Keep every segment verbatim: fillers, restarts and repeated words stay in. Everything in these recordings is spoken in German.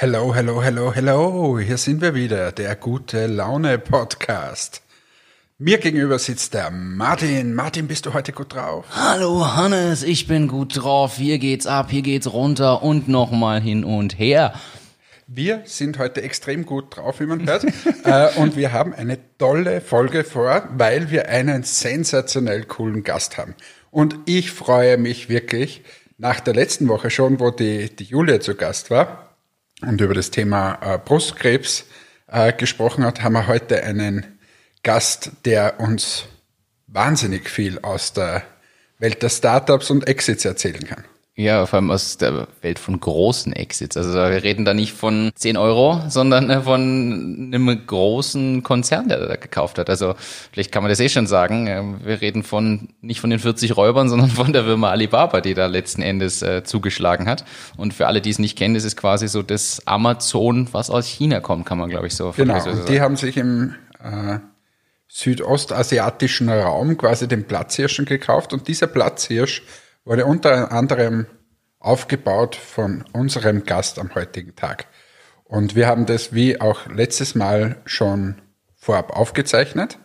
Hello, hello, hello, hello. Hier sind wir wieder, der gute Laune Podcast. Mir gegenüber sitzt der Martin. Martin, bist du heute gut drauf? Hallo Hannes, ich bin gut drauf. Hier geht's ab, hier geht's runter und nochmal hin und her. Wir sind heute extrem gut drauf, wie man hört. äh, und wir haben eine tolle Folge vor, weil wir einen sensationell coolen Gast haben. Und ich freue mich wirklich, nach der letzten Woche schon, wo die, die Julia zu Gast war und über das Thema äh, Brustkrebs äh, gesprochen hat, haben wir heute einen Gast, der uns wahnsinnig viel aus der Welt der Startups und Exits erzählen kann. Ja, vor allem aus der Welt von großen Exits. Also wir reden da nicht von zehn Euro, sondern von einem großen Konzern, der da gekauft hat. Also vielleicht kann man das eh schon sagen. Wir reden von nicht von den vierzig Räubern, sondern von der Firma Alibaba, die da letzten Endes äh, zugeschlagen hat. Und für alle, die es nicht kennen, das ist quasi so das Amazon, was aus China kommt, kann man glaube ich so Genau, sagen. und die haben sich im äh, südostasiatischen Raum quasi den Platzhirschen gekauft. Und dieser Platzhirsch wurde unter anderem aufgebaut von unserem Gast am heutigen Tag. Und wir haben das wie auch letztes Mal schon vorab aufgezeichnet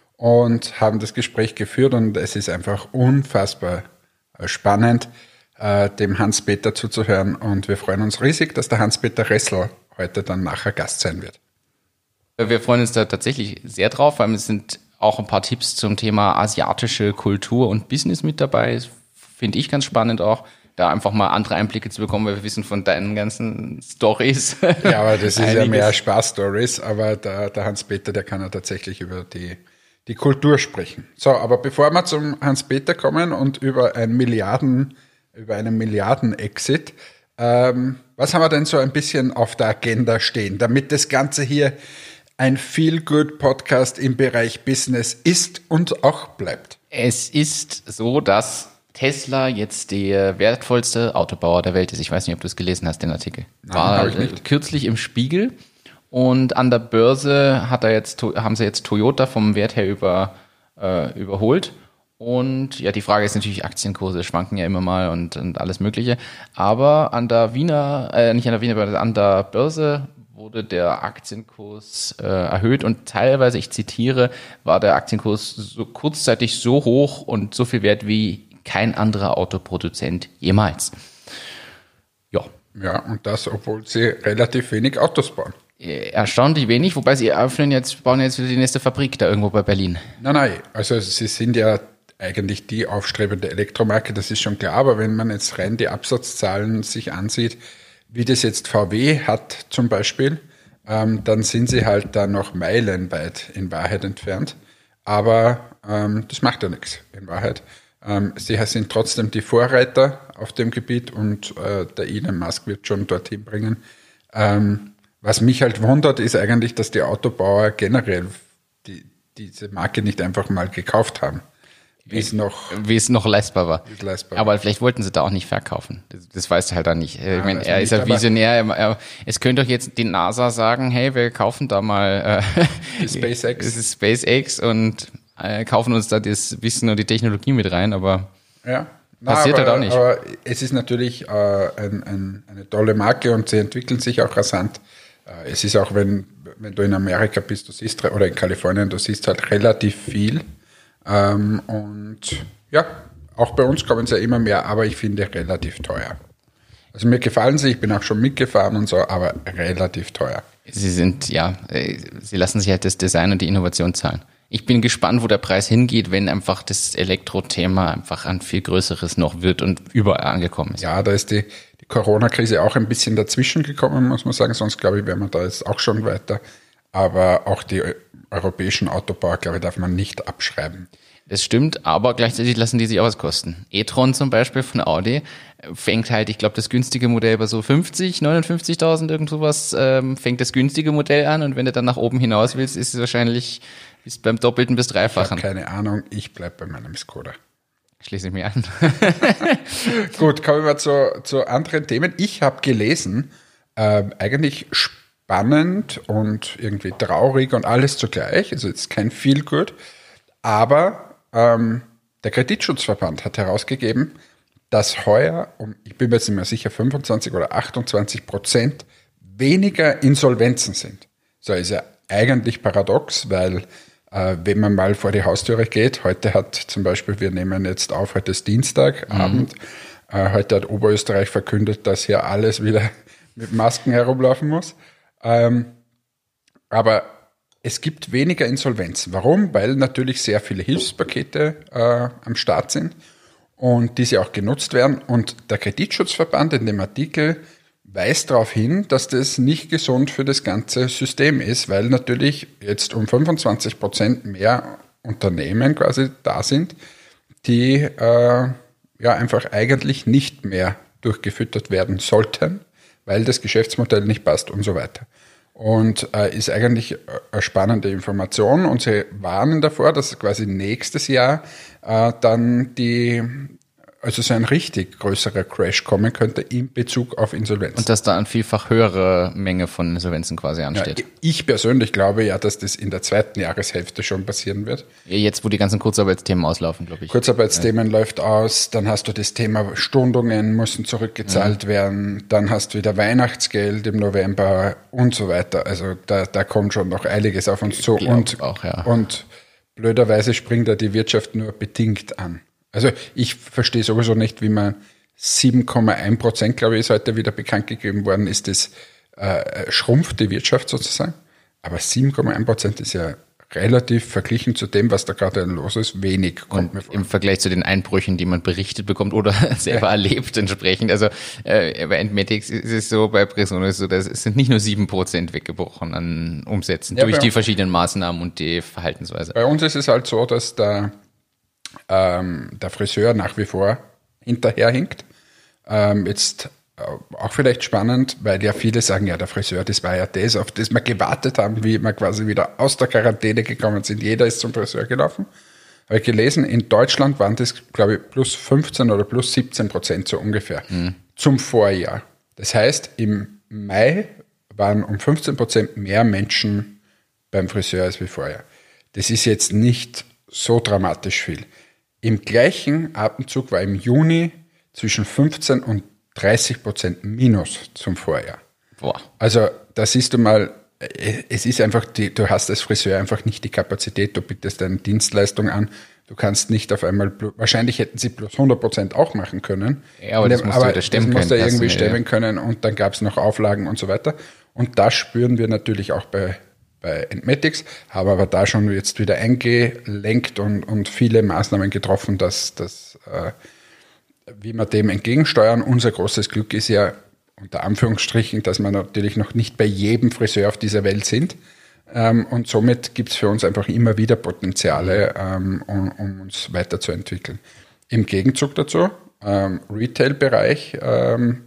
und haben das Gespräch geführt und es ist einfach unfassbar spannend, äh, dem Hans-Peter zuzuhören und wir freuen uns riesig, dass der Hans-Peter Ressel heute dann nachher Gast sein wird. Wir freuen uns da tatsächlich sehr drauf, weil es sind auch ein paar Tipps zum Thema asiatische Kultur und Business mit dabei. Finde ich ganz spannend auch, da einfach mal andere Einblicke zu bekommen, weil wir wissen von deinen ganzen Stories. Ja, aber das ist ja mehr Spaß-Stories, aber der, der Hans-Peter, der kann ja tatsächlich über die, die Kultur sprechen. So, aber bevor wir zum Hans-Peter kommen und über ein Milliarden, über einen Milliarden-Exit, ähm, was haben wir denn so ein bisschen auf der Agenda stehen, damit das Ganze hier ein Feel-Good-Podcast im Bereich Business ist und auch bleibt? Es ist so, dass Tesla jetzt der wertvollste Autobauer der Welt ist. Ich weiß nicht, ob du es gelesen hast, den Artikel. Nein, war äh, kürzlich im Spiegel und an der Börse hat er jetzt, haben sie jetzt Toyota vom Wert her über, äh, überholt. Und ja, die Frage ist natürlich, Aktienkurse schwanken ja immer mal und, und alles Mögliche. Aber an der Wiener, äh, nicht an der Wiener, aber an der Börse wurde der Aktienkurs äh, erhöht und teilweise, ich zitiere, war der Aktienkurs so kurzzeitig so hoch und so viel wert wie kein anderer Autoproduzent jemals. Ja. Ja, und das, obwohl sie relativ wenig Autos bauen. Erstaunlich wenig, wobei sie öffnen jetzt, bauen jetzt wieder die nächste Fabrik da irgendwo bei Berlin. Nein, nein, also sie sind ja eigentlich die aufstrebende Elektromarke, das ist schon klar, aber wenn man jetzt rein die Absatzzahlen sich ansieht, wie das jetzt V W hat zum Beispiel, ähm, dann sind sie halt da noch meilenweit in Wahrheit entfernt. Aber ähm, das macht ja nichts in Wahrheit. Ähm, sie sind trotzdem die Vorreiter auf dem Gebiet und äh, der Elon Musk wird schon dorthin bringen. Ähm, was mich halt wundert, ist eigentlich, dass die Autobauer generell die, diese Marke nicht einfach mal gekauft haben. Wie es noch, wie es noch leistbar war. leistbar aber war. Vielleicht wollten sie da auch nicht verkaufen. Das, das weißt du halt dann nicht. Ich Ja, meine, er ist ja Visionär. Er, er, es könnte doch jetzt die NASA sagen, hey, wir kaufen da mal äh, SpaceX. Das ist SpaceX und äh, kaufen uns da das Wissen und die Technologie mit rein, aber ja. Na, passiert aber, halt auch nicht. Aber es ist natürlich äh, ein, ein, eine tolle Marke und sie entwickeln sich auch rasant. Äh, es ist auch, wenn, wenn du in Amerika bist, du siehst, oder in Kalifornien, du siehst halt relativ viel. Ähm, und ja, auch bei uns kommen es ja immer mehr, aber ich finde relativ teuer. Also mir gefallen sie, ich bin auch schon mitgefahren und so, aber relativ teuer. Sie sind, ja, sie lassen sich halt das Design und die Innovation zahlen. Ich bin gespannt, wo der Preis hingeht, wenn einfach das Elektro-Thema einfach ein viel größeres noch wird und überall angekommen ist. Ja, da ist die, die Corona-Krise auch ein bisschen dazwischen gekommen, muss man sagen. Sonst, glaube ich, wären wir da jetzt auch schon weiter. Aber auch die europäischen Autobauer, glaube ich, darf man nicht abschreiben. Das stimmt, aber gleichzeitig lassen die sich auch was kosten. e-tron zum Beispiel von Audi fängt halt, ich glaube, das günstige Modell bei so fünfzig, neunundfünfzigtausend, irgend sowas, ähm, fängt das günstige Modell an und wenn du dann nach oben hinaus willst, ist es wahrscheinlich bis beim Doppelten bis Dreifachen. Ich habe keine Ahnung, ich bleibe bei meinem Skoda. Schließe ich mir an. Gut, kommen wir zu, zu anderen Themen. Ich habe gelesen, äh, eigentlich spannend und irgendwie traurig und alles zugleich, also jetzt kein Feel-Good, aber ähm, der Kreditschutzverband hat herausgegeben, dass heuer, um, ich bin mir jetzt nicht mehr sicher, fünfundzwanzig oder achtundzwanzig Prozent weniger Insolvenzen sind. So ist ja eigentlich paradox, weil äh, wenn man mal vor die Haustüre geht, heute hat zum Beispiel, wir nehmen jetzt auf, heute ist Dienstagabend, mhm. äh, heute hat Oberösterreich verkündet, dass hier alles wieder mit Masken herumlaufen muss. Ähm, aber es gibt weniger Insolvenzen. Warum? Weil natürlich sehr viele Hilfspakete äh, am Start sind und diese auch genutzt werden. Und der Kreditschutzverband in dem Artikel weist darauf hin, dass das nicht gesund für das ganze System ist, weil natürlich jetzt um fünfundzwanzig Prozent mehr Unternehmen quasi da sind, die äh, ja einfach eigentlich nicht mehr durchgefüttert werden sollten, weil das Geschäftsmodell nicht passt und so weiter. Und äh, ist eigentlich eine spannende Information. Und sie warnen davor, dass quasi nächstes Jahr äh, dann die, also so ein richtig größerer Crash kommen könnte in Bezug auf Insolvenzen. Und dass da eine vielfach höhere Menge von Insolvenzen quasi ansteht. Ja, ich persönlich glaube ja, dass das in der zweiten Jahreshälfte schon passieren wird. Jetzt, wo die ganzen Kurzarbeitsthemen auslaufen, glaube ich. Kurzarbeitsthemen ja. läuft aus, dann hast du das Thema Stundungen müssen zurückgezahlt mhm. werden, dann hast du wieder Weihnachtsgeld im November und so weiter. Also da, da kommt schon noch einiges auf uns zu. Und, auch, ja. und blöderweise springt da die Wirtschaft nur bedingt an. Also ich verstehe sowieso nicht, wie man sieben Komma eins Prozent, glaube ich, ist heute wieder bekannt gegeben worden, ist das äh, schrumpft die Wirtschaft sozusagen. Aber sieben Komma eins Prozent ist ja relativ verglichen zu dem, was da gerade los ist, wenig. Kommt mir vor. Im Vergleich zu den Einbrüchen, die man berichtet bekommt oder selber ja. erlebt entsprechend. Also äh, bei Entmetics ist es so, bei Presono ist es so, dass es sind nicht nur sieben Prozent weggebrochen an Umsätzen ja, durch die verschiedenen Maßnahmen und die Verhaltensweise. Bei uns ist es halt so, dass der Ähm, der Friseur nach wie vor hinterherhinkt. Ähm, jetzt äh, auch vielleicht spannend, weil ja viele sagen, ja, der Friseur, das war ja das, auf das wir gewartet haben, wie wir quasi wieder aus der Quarantäne gekommen sind. Jeder ist zum Friseur gelaufen. Habe ich gelesen, in Deutschland waren das, glaube ich, plus fünfzehn oder plus siebzehn Prozent so ungefähr mhm. zum Vorjahr. Das heißt, im Mai waren um fünfzehn Prozent mehr Menschen beim Friseur als wie vorher. Das ist jetzt nicht so dramatisch viel. Im gleichen Atemzug war im Juni zwischen fünfzehn und dreißig Prozent Minus zum Vorjahr. Boah. Also da siehst du mal, es ist einfach, die, du hast als Friseur einfach nicht die Kapazität, du bietest deine Dienstleistung an, du kannst nicht auf einmal, wahrscheinlich hätten sie plus hundert Prozent auch machen können. Ja, aber das musst aber du stemmen das musst können. Du irgendwie du, stemmen ja. können und dann gab es noch Auflagen und so weiter. Und das spüren wir natürlich auch bei bei Entmetics, haben aber da schon jetzt wieder eingelenkt und, und viele Maßnahmen getroffen, dass, dass äh, wie wir dem entgegensteuern. Unser großes Glück ist ja, unter Anführungsstrichen, dass wir natürlich noch nicht bei jedem Friseur auf dieser Welt sind. Ähm, und somit gibt es für uns einfach immer wieder Potenziale, ähm, um, um uns weiterzuentwickeln. Im Gegenzug dazu, ähm, Retail-Bereich ähm,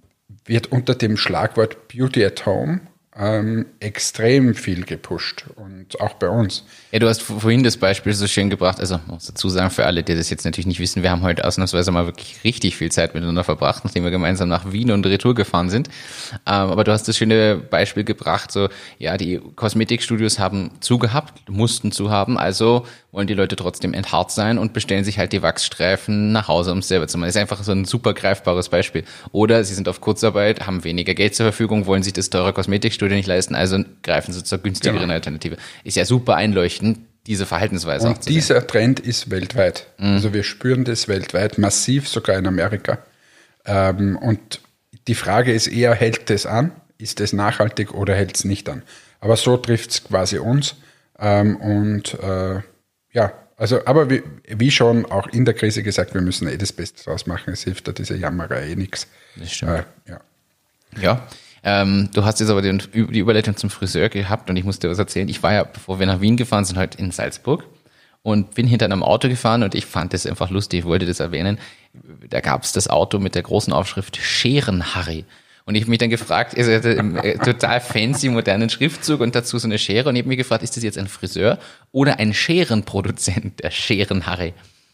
wird unter dem Schlagwort Beauty at Home Ähm, extrem viel gepusht und auch bei uns. Ja, du hast vorhin das Beispiel so schön gebracht, also muss dazu sagen, für alle, die das jetzt natürlich nicht wissen, wir haben heute ausnahmsweise mal wirklich richtig viel Zeit miteinander verbracht, nachdem wir gemeinsam nach Wien und Retour gefahren sind. Ähm, aber du hast das schöne Beispiel gebracht, so, ja, die Kosmetikstudios haben zugehabt, mussten zuhaben, also wollen die Leute trotzdem enthaart sein und bestellen sich halt die Wachsstreifen nach Hause, um es selber zu machen. Das ist einfach so ein super greifbares Beispiel. Oder sie sind auf Kurzarbeit, haben weniger Geld zur Verfügung, wollen sich das teure Kosmetikstudio nicht leisten, also greifen sie zur günstigeren genau. Alternative. Ist ja super einleuchtend, diese Verhaltensweise und auch zu dieser sehen. Trend ist weltweit. Mhm. Also wir spüren das weltweit, massiv, sogar in Amerika. Ähm, und die Frage ist eher, hält das an? Ist das nachhaltig oder hält es nicht an? Aber so trifft es quasi uns. Ähm, und äh, ja, also, aber wie, wie schon auch in der Krise gesagt, wir müssen eh das Beste draus machen. Es hilft da diese Jammerei eh nichts. Das stimmt. Äh, ja. Ja. Ähm, du hast jetzt aber den, die Überleitung zum Friseur gehabt und ich muss dir was erzählen. Ich war ja, bevor wir nach Wien gefahren sind, heute in Salzburg und bin hinter einem Auto gefahren und ich fand das einfach lustig, ich wollte das erwähnen. Da gab es das Auto mit der großen Aufschrift Scheren-Harry. Und ich habe mich dann gefragt, also äh, total fancy modernen Schriftzug und dazu so eine Schere und ich habe mich gefragt, ist das jetzt ein Friseur oder ein Scherenproduzent, der Scheren-Harry?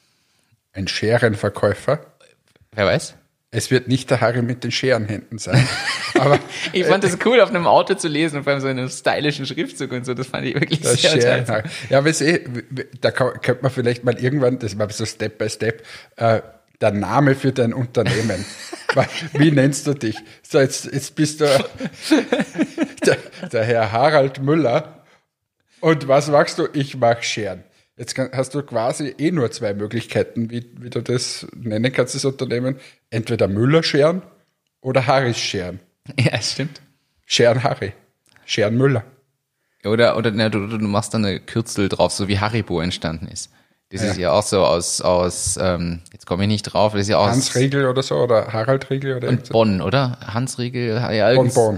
Ein Scherenverkäufer? Wer weiß? Es wird nicht der Harry mit den Scherenhänden sein. Aber ich fand das cool, auf einem Auto zu lesen und vor allem so einem stylischen Schriftzug und so. Das fand ich wirklich sehr toll. Ja, aber eh, da könnte man vielleicht mal irgendwann, das war so Step by Step, äh, der Name für dein Unternehmen. Wie nennst du dich? So, jetzt, jetzt bist du der, der Herr Harald Müller. Und was machst du? Ich mache Scheren. Jetzt kann, hast du quasi eh nur zwei Möglichkeiten, wie, wie du das nennen kannst, das Unternehmen. Entweder Müller-Scheren oder Harris-Scheren. Ja, stimmt. Scheren Harry. Scheren Müller. Oder, oder na, du, du machst dann eine Kürzel drauf, so wie Haribo entstanden ist. Das ja. ist ja auch so aus, aus ähm, jetzt komme ich nicht drauf, das ist ja aus... Hans Riegel oder so, oder Harald Riegel oder und Bonn, oder? Hans Riegel, ja, Bonn, Bonn.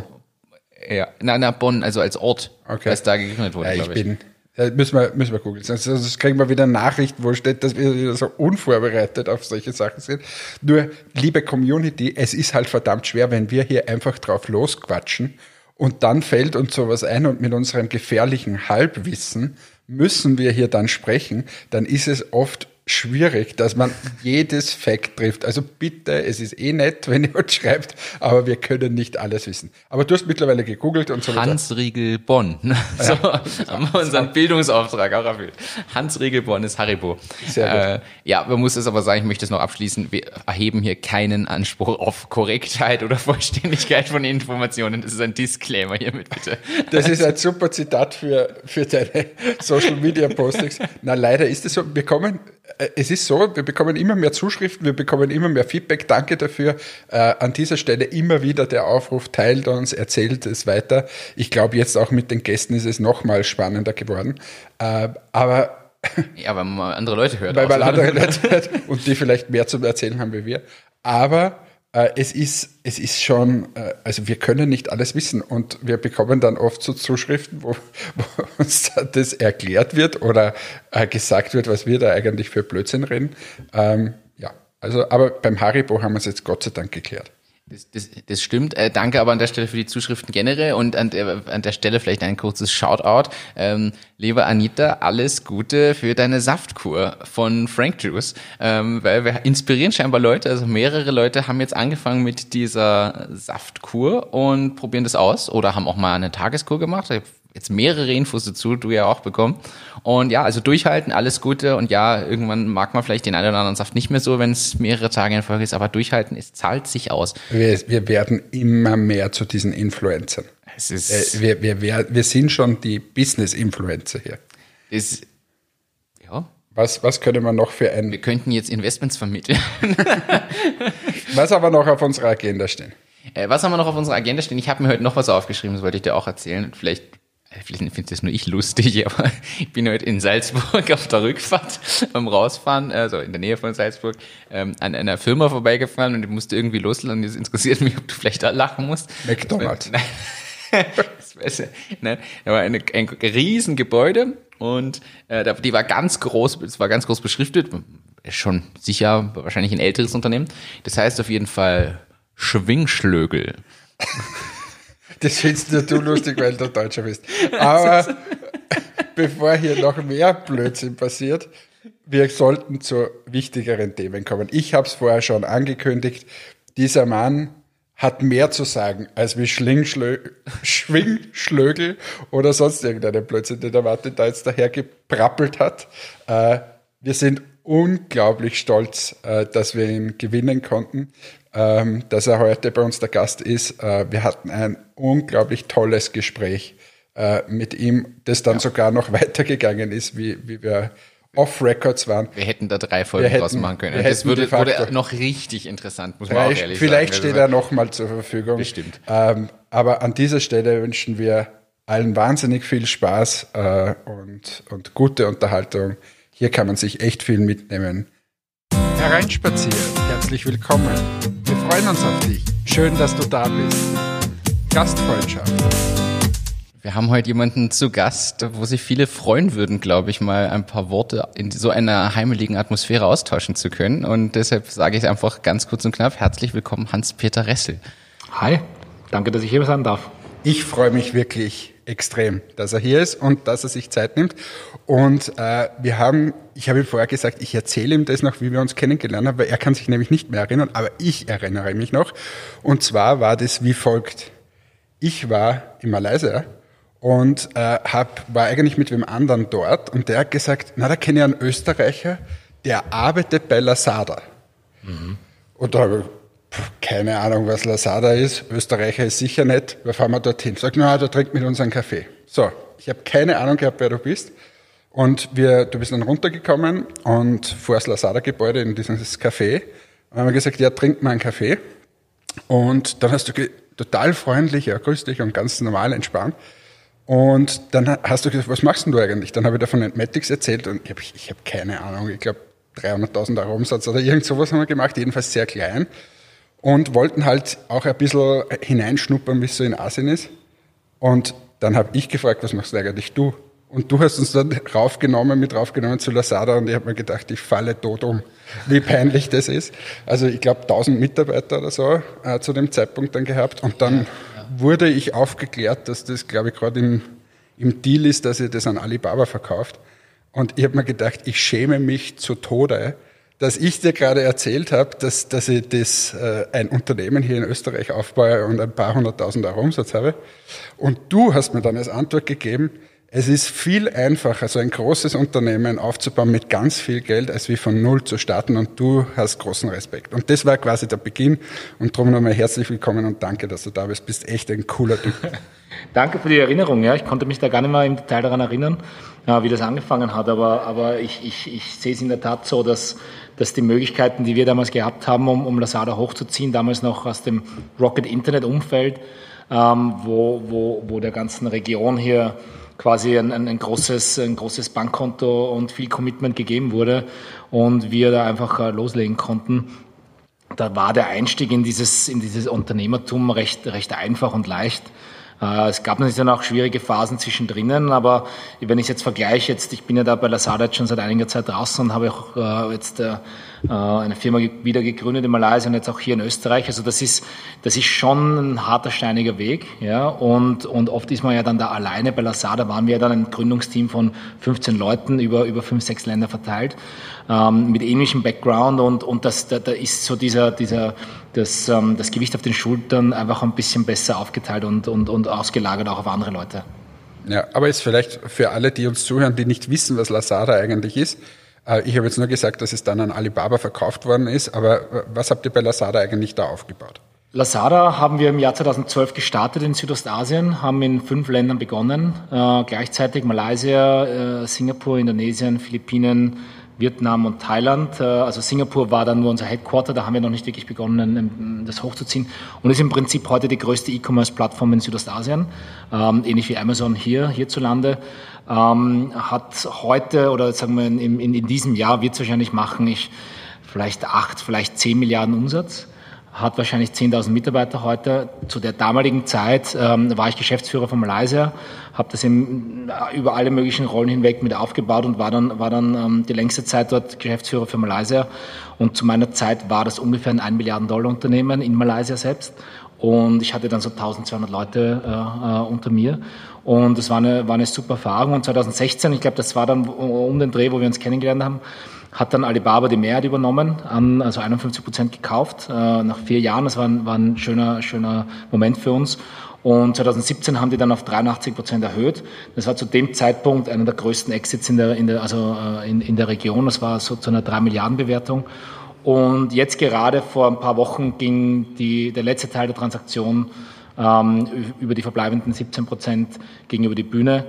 Ja, na, na, Bonn, also als Ort, okay. weil es da gegründet wurde, ja, ich. glaube ich. Bin, ja, müssen wir, müssen wir googeln. Also, das kriegen wir wieder Nachrichten, wo steht, dass wir wieder so unvorbereitet auf solche Sachen sind. Nur, liebe Community, es ist halt verdammt schwer, wenn wir hier einfach drauf losquatschen und dann fällt uns sowas ein und mit unserem gefährlichen Halbwissen müssen wir hier dann sprechen, dann ist es oft schwierig, dass man jedes Fact trifft. Also bitte, es ist eh nett, wenn ihr uns schreibt, aber wir können nicht alles wissen. Aber du hast mittlerweile gegoogelt und so weiter. Hans Riegel Bonn. So ja. haben wir unseren Bildungsauftrag auch erfüllt. Hans Riegel Bonn ist Haribo. Sehr gut. Äh, ja, man muss es aber sagen, ich möchte es noch abschließen. Wir erheben hier keinen Anspruch auf Korrektheit oder Vollständigkeit von Informationen. Das ist ein Disclaimer hiermit, bitte. Das ist ein super Zitat für, für deine Social Media Postings. Na, leider ist es so. Wir kommen Es ist so, wir bekommen immer mehr Zuschriften, wir bekommen immer mehr Feedback. Danke dafür. Äh, an dieser Stelle immer wieder der Aufruf, teilt uns, erzählt es weiter. Ich glaube, jetzt auch mit den Gästen ist es noch mal spannender geworden. Äh, aber ja, weil man andere Leute hört. Weil man andere Leute hört und die vielleicht mehr zum Erzählen haben wie wir. Aber äh, es ist, es ist schon, äh, also wir können nicht alles wissen und wir bekommen dann oft so Zuschriften, wo, wo uns das erklärt wird oder äh, gesagt wird, was wir da eigentlich für Blödsinn reden. Ähm, ja, also, aber beim Haribo haben wir es jetzt Gott sei Dank geklärt. Das, das, das stimmt. Äh, danke aber an der Stelle für die Zuschriften generell und an der, an der Stelle vielleicht ein kurzes Shoutout. Ähm, liebe Anita, alles Gute für deine Saftkur von Frank Juice, ähm, weil wir inspirieren scheinbar Leute. Also mehrere Leute haben jetzt angefangen mit dieser Saftkur und probieren das aus oder haben auch mal eine Tageskur gemacht. Ich habe jetzt mehrere Infos dazu, du ja auch bekommen. Und ja, also durchhalten, alles Gute. Und ja, irgendwann mag man vielleicht den einen oder anderen Saft nicht mehr so, wenn es mehrere Tage in Folge ist, aber durchhalten, es zahlt sich aus. Wir, wir werden immer mehr zu diesen Influencern. Es ist äh, wir, wir, wir, wir sind schon die Business-Influencer hier. Ist, ja. Was, was können wir noch für ein... Wir könnten jetzt Investments vermitteln. Was aber noch auf unserer Agenda stehen? Äh, was haben wir noch auf unserer Agenda stehen? Ich habe mir heute noch was aufgeschrieben, das wollte ich dir auch erzählen. Vielleicht Vielleicht findet das nur ich lustig, aber ich bin heute in Salzburg auf der Rückfahrt beim Rausfahren, also in der Nähe von Salzburg, ähm, an einer Firma vorbeigefahren und ich musste irgendwie loslassen. Es interessiert mich, ob du vielleicht da lachen musst. McDonald's. Nein, das weiß ich, nein, da war eine, ein riesen Gebäude und äh, die war ganz groß, es war ganz groß beschriftet, schon sicher wahrscheinlich ein älteres Unternehmen. Das heißt auf jeden Fall Schwingschlögel. Das findest nur du lustig, weil du Deutscher bist. Aber bevor hier noch mehr Blödsinn passiert, wir sollten zu wichtigeren Themen kommen. Ich habe es vorher schon angekündigt, dieser Mann hat mehr zu sagen, als wie Schlingschlö- Schwingschlögel oder sonst irgendeinen Blödsinn, den der Martin da jetzt daher geprappelt hat. Äh, wir sind unglaublich stolz, äh, dass wir ihn gewinnen konnten, ähm, dass er heute bei uns der Gast ist. Äh, wir hatten ein unglaublich tolles Gespräch äh, mit ihm, das dann ja. sogar noch weitergegangen ist, wie, wie wir off-Records waren. Wir hätten da drei Folgen hätten, draus machen können. Das würde, wurde noch richtig interessant, muss man vielleicht, auch ehrlich vielleicht sagen. Vielleicht steht er noch mal zur Verfügung. Bestimmt. Ähm, aber an dieser Stelle wünschen wir allen wahnsinnig viel Spaß äh, und, und gute Unterhaltung. Hier kann man sich echt viel mitnehmen. Hereinspaziert, herzlich willkommen. Wir freuen uns auf dich. Schön, dass du da bist. Gastfreundschaft. Wir haben heute jemanden zu Gast, wo sich viele freuen würden, glaube ich, mal ein paar Worte in so einer heimeligen Atmosphäre austauschen zu können. Und deshalb sage ich einfach ganz kurz und knapp, herzlich willkommen, Hans-Peter Ressel. Hi, danke, dass ich hier sein darf. Ich freue mich wirklich extrem, dass er hier ist und dass er sich Zeit nimmt. Und äh, wir haben, ich habe ihm vorher gesagt, ich erzähle ihm das noch, wie wir uns kennengelernt haben, weil er kann sich nämlich nicht mehr erinnern, aber ich erinnere mich noch. Und zwar war das wie folgt. Ich war in Malaysia und äh, hab, war eigentlich mit wem anderen dort und der hat gesagt, na, da kenne ich einen Österreicher, der arbeitet bei Lazada. Mhm. Und da habe ich, keine Ahnung, was Lazada ist. Österreicher ist sicher nicht. Wir fahren wir dorthin. Sag, na, da trinkt mit uns einen Kaffee. So, ich habe keine Ahnung gehabt, wer du bist. Und wir, du bist dann runtergekommen und vor das Lazada-Gebäude in dieses Café. Und haben wir gesagt, ja, trink mal einen Kaffee. Und dann hast du ge- total freundlich, ja, grüß dich und ganz normal entspannt. Und dann hast du gesagt, was machst denn du eigentlich? Dann habe ich da von Entmatics erzählt und ich habe ich hab keine Ahnung, ich glaube dreihunderttausend Euro Umsatz oder irgend sowas haben wir gemacht, jedenfalls sehr klein. Und wollten halt auch ein bisschen hineinschnuppern, wie es so in Asien ist. Und dann habe ich gefragt, was machst du eigentlich du? Und du hast uns dann raufgenommen, mit raufgenommen zu Lazada und ich habe mir gedacht, ich falle tot um, wie peinlich das ist. Also ich glaube tausend Mitarbeiter oder so äh, zu dem Zeitpunkt dann gehabt und dann ja, ja. wurde ich aufgeklärt, dass das, glaube ich, gerade im, im Deal ist, dass ihr das an Alibaba verkauft. Und ich habe mir gedacht, ich schäme mich zu Tode, dass ich dir gerade erzählt habe, dass, dass ich das, äh, ein Unternehmen hier in Österreich aufbaue und ein paar hunderttausend Euro Umsatz habe. Und du hast mir dann als Antwort gegeben, es ist viel einfacher, so ein großes Unternehmen aufzubauen mit ganz viel Geld, als wie von Null zu starten und du hast großen Respekt. Und das war quasi der Beginn und darum nochmal herzlich willkommen und danke, dass du da bist. Bist echt ein cooler Typ. Danke für die Erinnerung. Ja, ich konnte mich da gar nicht mehr im Detail daran erinnern, ja, wie das angefangen hat, aber, aber ich, ich, ich sehe es in der Tat so, dass, dass die Möglichkeiten, die wir damals gehabt haben, um, um Lazada hochzuziehen, damals noch aus dem Rocket-Internet-Umfeld, ähm, wo, wo, wo der ganzen Region hier quasi ein, ein, ein, großes, ein großes Bankkonto und viel Commitment gegeben wurde und wir da einfach äh, loslegen konnten. Da war der Einstieg in dieses, in dieses Unternehmertum recht, recht einfach und leicht. Äh, es gab natürlich dann auch schwierige Phasen zwischendrin, aber wenn ich es jetzt vergleiche, jetzt, ich bin ja da bei Lazada jetzt schon seit einiger Zeit draußen und habe auch äh, jetzt äh, eine Firma wieder gegründet in Malaysia und jetzt auch hier in Österreich. Also das ist, das ist schon ein harter, steiniger Weg, ja. Und, und oft ist man ja dann da alleine. Bei Lazada waren wir ja dann ein Gründungsteam von fünfzehn Leuten über, über fünf, sechs Länder verteilt, ähm, mit ähnlichem Background und, und das, da, da ist so dieser, dieser, das, ähm, das Gewicht auf den Schultern einfach ein bisschen besser aufgeteilt und, und, und ausgelagert auch auf andere Leute. Ja, aber ist vielleicht für alle, die uns zuhören, die nicht wissen, was Lazada eigentlich ist. Ich habe jetzt nur gesagt, dass es dann an Alibaba verkauft worden ist, aber was habt ihr bei Lazada eigentlich da aufgebaut? Lazada haben wir im Jahr zweitausendzwölf gestartet in Südostasien, haben in fünf Ländern begonnen, äh, gleichzeitig Malaysia, äh, Singapur, Indonesien, Philippinen, Vietnam und Thailand. Äh, also Singapur war dann nur unser Headquarter, da haben wir noch nicht wirklich begonnen, das hochzuziehen und ist im Prinzip heute die größte E-Commerce-Plattform in Südostasien, ähm, ähnlich wie Amazon hier hierzulande. Ähm, hat heute oder sagen wir in, in, in diesem Jahr wird es wahrscheinlich machen, ich vielleicht acht, vielleicht zehn Milliarden Umsatz, hat wahrscheinlich zehntausend Mitarbeiter heute. Zu der damaligen Zeit ähm, war ich Geschäftsführer von Malaysia, habe das im, über alle möglichen Rollen hinweg mit aufgebaut und war dann, war dann ähm, die längste Zeit dort Geschäftsführer für Malaysia. Und zu meiner Zeit war das ungefähr ein ein Milliarden Dollar Unternehmen in Malaysia selbst. Und ich hatte dann so eintausendzweihundert Leute äh, unter mir. Und das war eine, war eine super Erfahrung. Und zweitausendsechzehn, ich glaube, das war dann um den Dreh, wo wir uns kennengelernt haben, hat dann Alibaba die Mehrheit übernommen, an, also einundfünfzig Prozent gekauft, äh, nach vier Jahren. Das war ein, war ein schöner, schöner Moment für uns. Und zweitausendsiebzehn haben die dann auf dreiundachtzig Prozent erhöht. Das war zu dem Zeitpunkt einer der größten Exits in der, in der, also, äh, in, in der Region. Das war so zu einer drei Milliarden Bewertung. Und jetzt gerade vor ein paar Wochen ging die, der letzte Teil der Transaktion ähm, über die verbleibenden siebzehn Prozent gegenüber die Bühne.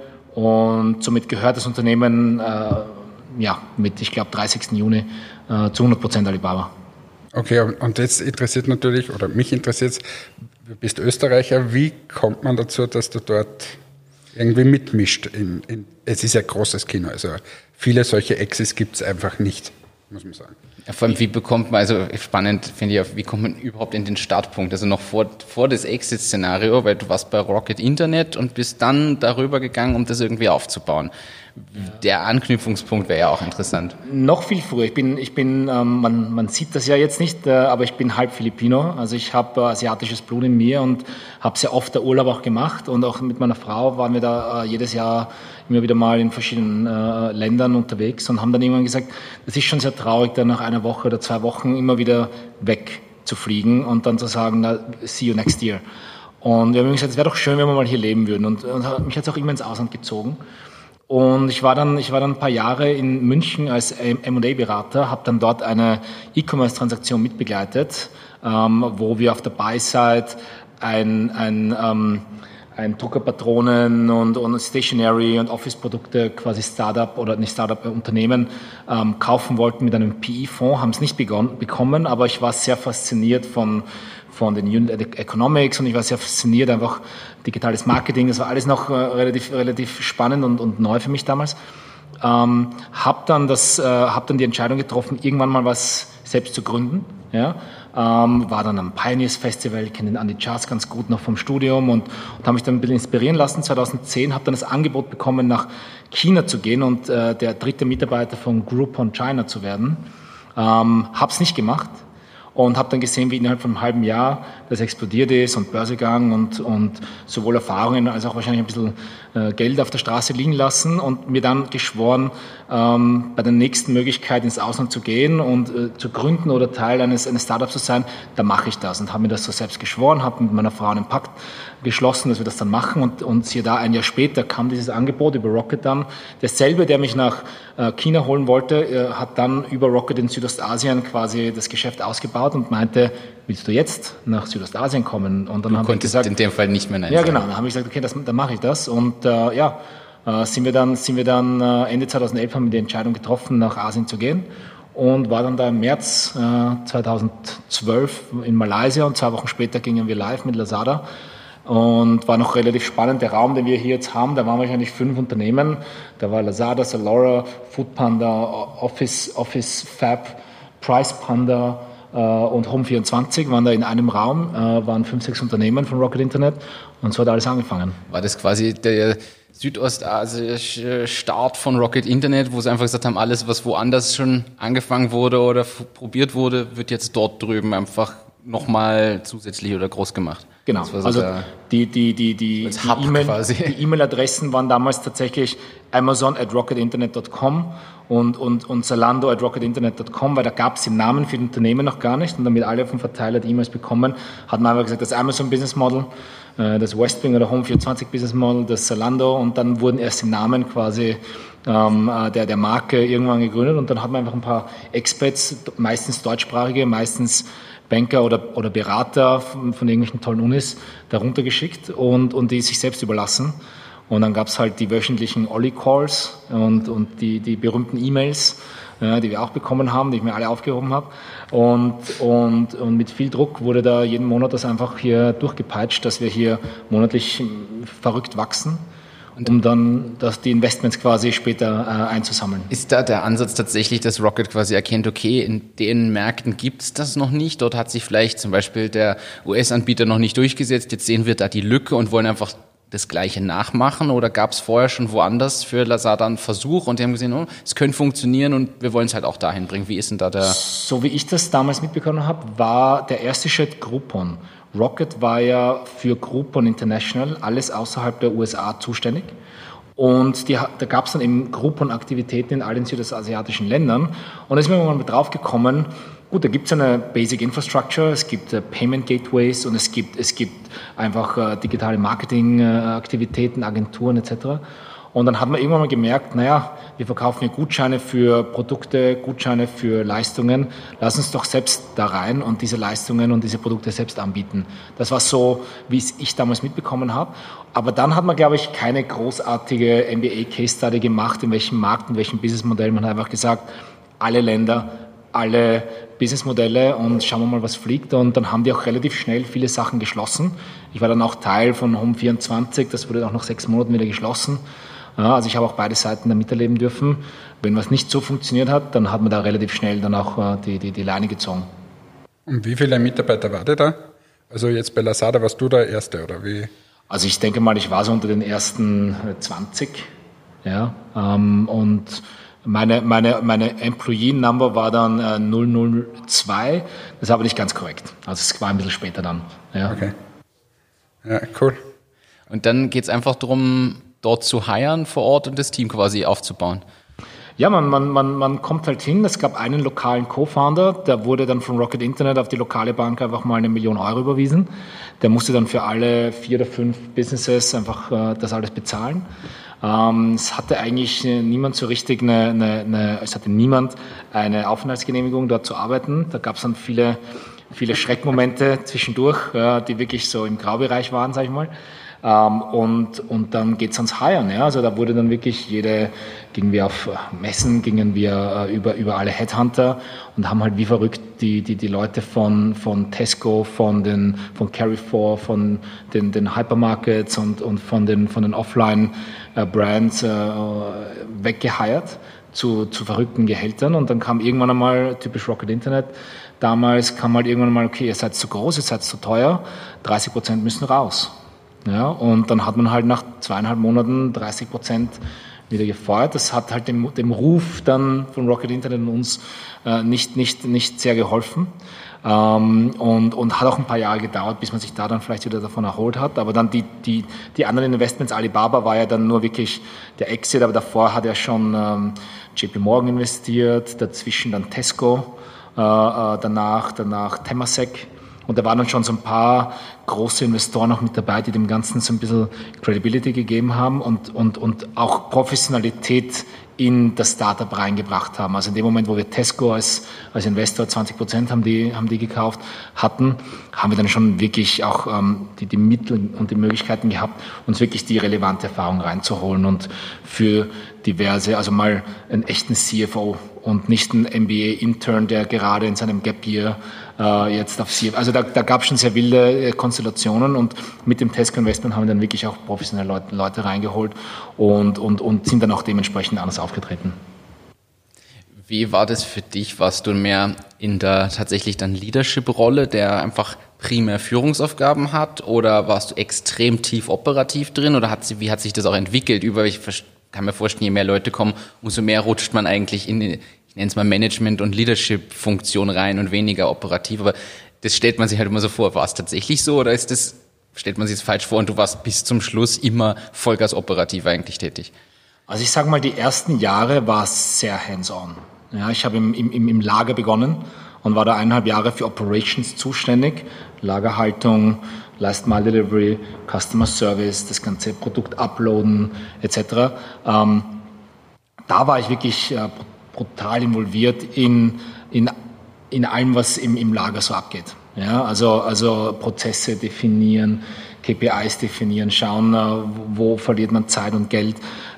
Und somit gehört das Unternehmen äh, ja, mit, ich glaube, dreißigsten Juni äh, zu hundert Prozent Alibaba. Okay, und jetzt interessiert natürlich, oder mich interessiert es, du bist Österreicher, wie kommt man dazu, dass du dort irgendwie mitmischt? In, in, es ist ja großes Kino, also viele solche Exits gibt es einfach nicht, muss man sagen. Ja, vor allem, wie bekommt man, also spannend finde ich auch, wie kommt man überhaupt in den Startpunkt, also noch vor, vor das Exit-Szenario, weil du warst bei Rocket Internet und bist dann darüber gegangen, um das irgendwie aufzubauen. Der Anknüpfungspunkt wäre ja auch interessant. Noch viel früher. Ich bin, ich bin, ähm, man, man sieht das ja jetzt nicht, äh, aber ich bin halb Filipino. Also ich habe äh, asiatisches Blut in mir und habe sehr oft der Urlaub auch gemacht und auch mit meiner Frau waren wir da äh, jedes Jahr immer wieder mal in verschiedenen äh, Ländern unterwegs und haben dann irgendwann gesagt, das ist schon sehr traurig, dann nach einer Woche oder zwei Wochen immer wieder weg zu fliegen und dann zu sagen, na, see you next year. Und wir haben gesagt, es wäre doch schön, wenn wir mal hier leben würden. Und, und mich hat es auch immer ins Ausland gezogen. Und ich war dann, ich war dann ein paar Jahre in München als M und A-Berater, habe dann dort eine E-Commerce-Transaktion mitbegleitet, ähm, wo wir auf der Buy-Side ein, ein, ähm, ein Druckerpatronen und, und Stationery und Office-Produkte quasi Startup oder nicht Startup-Unternehmen ähm, kaufen wollten mit einem P E-Fonds, haben es nicht begonnen, bekommen, aber ich war sehr fasziniert von, von den Unit Economics und ich war sehr fasziniert einfach digitales Marketing, das war alles noch äh, relativ, relativ spannend und, und neu für mich damals. Ähm, hab dann das, äh, hab dann die Entscheidung getroffen, irgendwann mal was selbst zu gründen, ja. Ähm, war dann am Pioneers Festival, kenne den Andy Charles ganz gut noch vom Studium und, und habe mich dann ein bisschen inspirieren lassen. zweitausendzehn habe dann das Angebot bekommen, nach China zu gehen und äh, der dritte Mitarbeiter von Groupon China zu werden. Ähm, habe es nicht gemacht und habe dann gesehen, wie innerhalb von einem halben Jahr das explodiert ist und Börsegang und, und sowohl Erfahrungen als auch wahrscheinlich ein bisschen äh, Geld auf der Straße liegen lassen und mir dann geschworen, ähm, bei der nächsten Möglichkeit ins Ausland zu gehen und äh, zu gründen oder Teil eines, eines Startups zu sein, da mache ich das und habe mir das so selbst geschworen, habe mit meiner Frau einen Pakt geschlossen, dass wir das dann machen und, und siehe da, ein Jahr später kam dieses Angebot über Rocket dann. Derselbe, der mich nach äh, China holen wollte, äh, hat dann über Rocket in Südostasien quasi das Geschäft ausgebaut und meinte, willst du jetzt nach Südostasien kommen? Und dann du haben wir gesagt, in dem Fall nicht mehr nein ja, sagen. genau. Dann habe ich gesagt, okay, das, dann mache ich das. Und äh, ja, äh, sind wir dann, sind wir dann äh, Ende zweitausendelf haben wir die Entscheidung getroffen, nach Asien zu gehen und war dann da im März äh, zweitausendzwölf in Malaysia und zwei Wochen später gingen wir live mit Lazada. Und war noch relativ spannend. Der Raum, den wir hier jetzt haben, da waren wahrscheinlich fünf Unternehmen. Da war Lazada, Zalora, Foodpanda, Office, Office Fab, Price Panda äh, und Home vierundzwanzig waren da in einem Raum, äh, waren fünf, sechs Unternehmen von Rocket Internet und so hat alles angefangen. War das quasi der südostasische Start von Rocket Internet, wo sie einfach gesagt haben, alles, was woanders schon angefangen wurde oder f- probiert wurde, wird jetzt dort drüben einfach nochmal zusätzlich oder groß gemacht? Genau, so also die, die, die, die, die, E-Mail, die E-Mail-Adressen waren damals tatsächlich Amazon at rocketinternet dot com und, und, und Zalando at rocketinternet dot com, weil da gab es den Namen für die Unternehmen noch gar nicht und damit alle vom Verteiler die E-Mails bekommen, hat man einfach gesagt, das Amazon Business Model, das Westwing oder Home vierundzwanzig Business Model, das Zalando und dann wurden erst die Namen quasi ähm, der, der Marke irgendwann gegründet und dann hat man einfach ein paar Expats, meistens deutschsprachige, meistens Banker oder, oder Berater von, von irgendwelchen tollen Unis darunter geschickt und, und die sich selbst überlassen. Und dann gab es halt die wöchentlichen Ollie-Calls und, und die, die berühmten E-Mails, ja, die wir auch bekommen haben, die ich mir alle aufgehoben habe. Und, und, und mit viel Druck wurde da jeden Monat das einfach hier durchgepeitscht, dass wir hier monatlich verrückt wachsen. Um dann das, die Investments quasi später äh, einzusammeln. Ist da der Ansatz tatsächlich, dass Rocket quasi erkennt, okay, in den Märkten gibt's das noch nicht, dort hat sich vielleicht zum Beispiel der U S-Anbieter noch nicht durchgesetzt, jetzt sehen wir da die Lücke und wollen einfach das Gleiche nachmachen oder gab's vorher schon woanders für Lazada einen Versuch und die haben gesehen, oh, es könnte funktionieren und wir wollen es halt auch dahin bringen. Wie ist denn da der... So wie ich das damals mitbekommen habe, war der erste Schritt Groupon. Rocket war ja für Groupon International, alles außerhalb der U S A zuständig. Und die, da gab es dann eben Groupon-Aktivitäten in allen südostasiatischen Ländern. Und da ist mir mal drauf gekommen, gut, da gibt es eine Basic Infrastructure, es gibt äh, Payment Gateways und es gibt, es gibt einfach äh, digitale Marketing-Aktivitäten, Agenturen et cetera. Und dann hat man irgendwann mal gemerkt, naja, wir verkaufen hier Gutscheine für Produkte, Gutscheine für Leistungen. Lass uns doch selbst da rein und diese Leistungen und diese Produkte selbst anbieten. Das war so, wie es ich damals mitbekommen habe. Aber dann hat man, glaube ich, keine großartige M B A-Case-Study gemacht, in welchem Markt, in welchem Businessmodell. Man hat einfach gesagt, alle Länder, alle Businessmodelle und schauen wir mal, was fliegt. Und dann haben die auch relativ schnell viele Sachen geschlossen. Ich war dann auch Teil von Home vierundzwanzig, das wurde auch nach sechs Monaten wieder geschlossen. Ja, also ich habe auch beide Seiten da miterleben dürfen. Wenn was nicht so funktioniert hat, dann hat man da relativ schnell dann auch die, die, die Leine gezogen. Und wie viele Mitarbeiter war da? Also jetzt bei Lazada warst du der Erste, oder wie? Also ich denke mal, ich war so unter den ersten zwanzig. Ja, ähm, und meine, meine, meine Employee-Number war dann äh, null null zwei. Das ist aber nicht ganz korrekt. Also es war ein bisschen später dann. Ja. Okay. Ja, cool. Und dann geht's einfach darum, dort zu hiren vor Ort und das Team quasi aufzubauen? Ja, man, man, man, man kommt halt hin. Es gab einen lokalen Co-Founder, der wurde dann von Rocket Internet auf die lokale Bank einfach mal eine Million Euro überwiesen. Der musste dann für alle vier oder fünf Businesses einfach äh, das alles bezahlen. Ähm, es hatte eigentlich niemand so richtig eine, eine, eine, es hatte niemand eine Aufenthaltsgenehmigung, dort zu arbeiten. Da gab es dann viele viele Schreckmomente zwischendurch, ja, die wirklich so im Graubereich waren, sag ich mal. Ähm, und, und dann geht's ans Hiren, ja. Also da wurde dann wirklich jede, gingen wir auf Messen, gingen wir äh, über, über alle Headhunter und haben halt wie verrückt die, die, die Leute von, von Tesco, von den, von Carrefour, von den, den Hypermarkets und, und von den, von den Offline-Brands äh, weggeheiert zu, zu verrückten Gehältern. Und dann kam irgendwann einmal, typisch Rocket Internet, damals kam halt irgendwann einmal, okay, ihr seid zu groß, ihr seid zu teuer, dreißig Prozent müssen raus. Ja, und dann hat man halt nach zweieinhalb Monaten dreißig Prozent wieder gefeuert. Das hat halt dem, dem Ruf dann von Rocket Internet und uns äh, nicht, nicht, nicht sehr geholfen. Ähm, und, und hat auch ein paar Jahre gedauert, bis man sich da dann vielleicht wieder davon erholt hat. Aber dann die, die, die anderen Investments, Alibaba war ja dann nur wirklich der Exit, aber davor hat er schon ähm, J P Morgan investiert, dazwischen dann Tesco, äh, danach, danach Temasek. Und da waren dann schon so ein paar große Investoren auch mit dabei, die dem Ganzen so ein bisschen Credibility gegeben haben und, und, und auch Professionalität in das Startup reingebracht haben. Also in dem Moment, wo wir Tesco als, als Investor zwanzig Prozent haben die, haben die gekauft, hatten, haben wir dann schon wirklich auch ähm, die, die Mittel und die Möglichkeiten gehabt, uns wirklich die relevante Erfahrung reinzuholen und für diverse, also mal einen echten C F O und nicht einen M B A-Intern, der gerade in seinem Gap Year äh, jetzt auf C F O, also da, da gab es schon sehr wilde äh, Konstellationen und mit dem Tesco Investment haben wir dann wirklich auch professionelle Leute, Leute reingeholt und, und, und sind dann auch dementsprechend anders aufgetreten. Wie war das für dich? Warst du mehr in der tatsächlich dann Leadership-Rolle, der einfach primär Führungsaufgaben hat, oder warst du extrem tief operativ drin, oder hat sie, wie hat sich das auch entwickelt? Über, ich kann mir vorstellen, je mehr Leute kommen, umso mehr rutscht man eigentlich in, ich nenne es mal Management- und Leadership-Funktion rein und weniger operativ. Aber das stellt man sich halt immer so vor. War es tatsächlich so, oder ist das, stellt man sich das falsch vor und du warst bis zum Schluss immer Vollgas operativ eigentlich tätig? Also ich sage mal, die ersten Jahre war es sehr hands-on. Ja, ich habe im, im, im Lager begonnen und war da eineinhalb Jahre für Operations zuständig. Lagerhaltung, Last Mile Delivery, Customer Service, das ganze Produkt uploaden et cetera. Ähm, da war ich wirklich äh, brutal involviert in, in, in allem, was im, im Lager so abgeht. Ja, also, also Prozesse definieren, K P Is definieren, schauen, wo verliert man Zeit und Geld.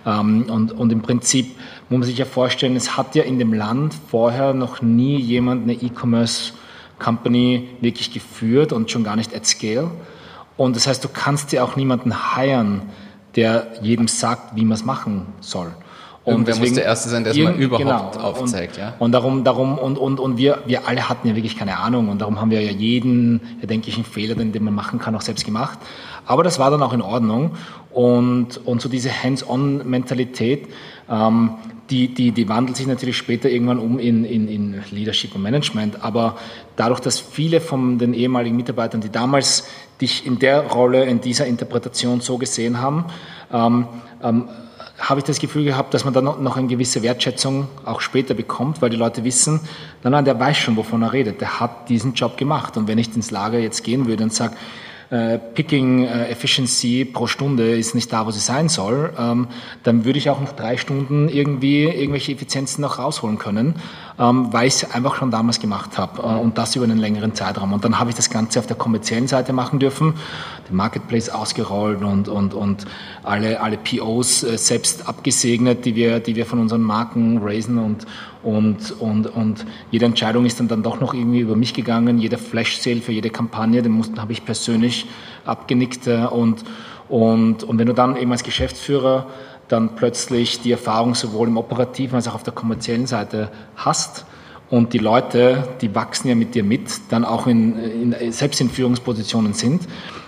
Und, und im Prinzip muss man sich ja vorstellen, es hat ja in dem Land vorher noch nie jemand eine E-Commerce-Company wirklich geführt und schon gar nicht at scale. Und das heißt, du kannst dir auch niemanden hiren, der jedem sagt, wie man es machen soll. Und wer muss der Erste sein, der es mal überhaupt genau, aufzeigt, und, ja? Und darum, darum, und, und, und wir, wir alle hatten ja wirklich keine Ahnung und darum haben wir ja jeden erdenklichen Fehler, den, den man machen kann, auch selbst gemacht. Aber das war dann auch in Ordnung und, und so diese Hands-on-Mentalität, ähm, die, die, die wandelt sich natürlich später irgendwann um in, in, in Leadership und Management, aber dadurch, dass viele von den ehemaligen Mitarbeitern, die damals dich in der Rolle, in dieser Interpretation so gesehen haben, ähm, ähm, habe ich das Gefühl gehabt, dass man dann noch eine gewisse Wertschätzung auch später bekommt, weil die Leute wissen, nein, nein, der weiß schon, wovon er redet, der hat diesen Job gemacht. Und wenn ich ins Lager jetzt gehen würde und sage, äh, Picking äh, Efficiency pro Stunde ist nicht da, wo sie sein soll, ähm, dann würde ich auch nach drei Stunden irgendwie irgendwelche Effizienzen noch rausholen können, ähm, weil ich es einfach schon damals gemacht habe äh, und das über einen längeren Zeitraum. Und dann habe ich das Ganze auf der kommerziellen Seite machen dürfen, den Marketplace ausgerollt und, und, und alle, alle P Os äh, selbst abgesegnet, die wir, die wir von unseren Marken raisen und, und, und, und jede Entscheidung ist dann, dann doch noch irgendwie über mich gegangen. Jeder Flash-Sale für jede Kampagne, den mussten, habe ich persönlich abgenickt äh, und, und, und wenn du dann eben als Geschäftsführer dann plötzlich die Erfahrung sowohl im operativen als auch auf der kommerziellen Seite hast und die Leute, die wachsen ja mit dir mit, dann auch in, in, selbst in Führungspositionen sind,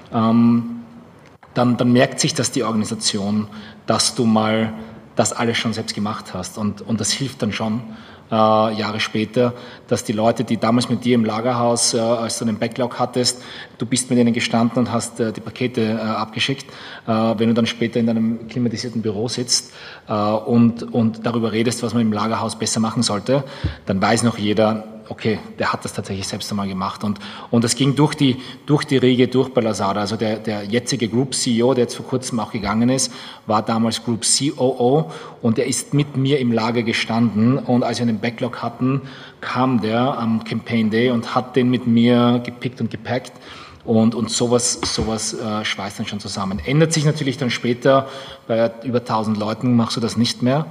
ähm, dann, dann merkt sich das die Organisation, dass du mal das alles schon selbst gemacht hast. Und, und das hilft dann schon äh, Jahre später, dass die Leute, die damals mit dir im Lagerhaus, äh, als du einen Backlog hattest, du bist mit ihnen gestanden und hast äh, die Pakete äh, abgeschickt. Äh, wenn du dann später in deinem klimatisierten Büro sitzt äh, und, und darüber redest, was man im Lagerhaus besser machen sollte, dann weiß noch jeder, okay, der hat das tatsächlich selbst einmal gemacht. Und, und das ging durch die, durch die Riege, durch bei Lazada. Also der, der jetzige Group C E O, der jetzt vor kurzem auch gegangen ist, war damals Group C O O und der ist mit mir im Lager gestanden. Und als wir einen Backlog hatten, kam der am Campaign Day und hat den mit mir gepickt und gepackt. Und, und sowas, sowas äh, schweißt dann schon zusammen. Ändert sich natürlich dann später, bei über tausend Leuten machst du das nicht mehr.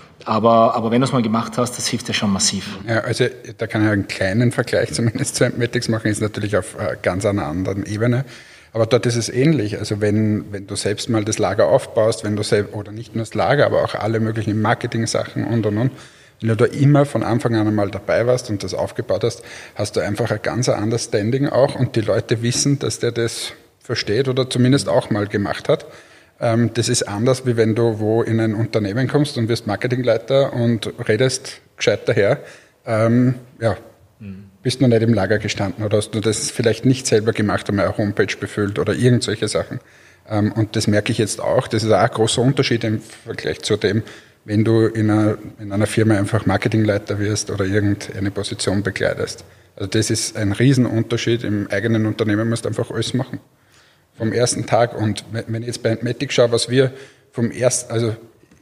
Aber, aber wenn du es mal gemacht hast, das hilft ja schon massiv. Ja, also da kann ich einen kleinen Vergleich zumindest zu Entmatics machen, ist natürlich auf ganz einer anderen Ebene. Aber dort ist es ähnlich. Also wenn, wenn du selbst mal das Lager aufbaust, wenn du selbst, oder nicht nur das Lager, aber auch alle möglichen Marketing-Sachen und und und, wenn du da immer von Anfang an einmal dabei warst und das aufgebaut hast, hast du einfach ein ganz anderes Standing auch und die Leute wissen, dass der das versteht oder zumindest auch mal gemacht hat. Das ist anders, wie wenn du wo in ein Unternehmen kommst und wirst Marketingleiter und redest gescheit daher. Ähm, ja, bist noch nicht im Lager gestanden oder hast du das vielleicht nicht selber gemacht, einmal eine Homepage befüllt oder irgend solche Sachen. Ähm, und das merke ich jetzt auch. Das ist auch ein großer Unterschied im Vergleich zu dem, wenn du in einer, in einer Firma einfach Marketingleiter wirst oder irgendeine Position bekleidest. Also das ist ein Riesenunterschied. Im eigenen Unternehmen musst du einfach alles machen. Vom ersten Tag. Und wenn ich jetzt bei Entmatics schaue, was wir vom ersten, also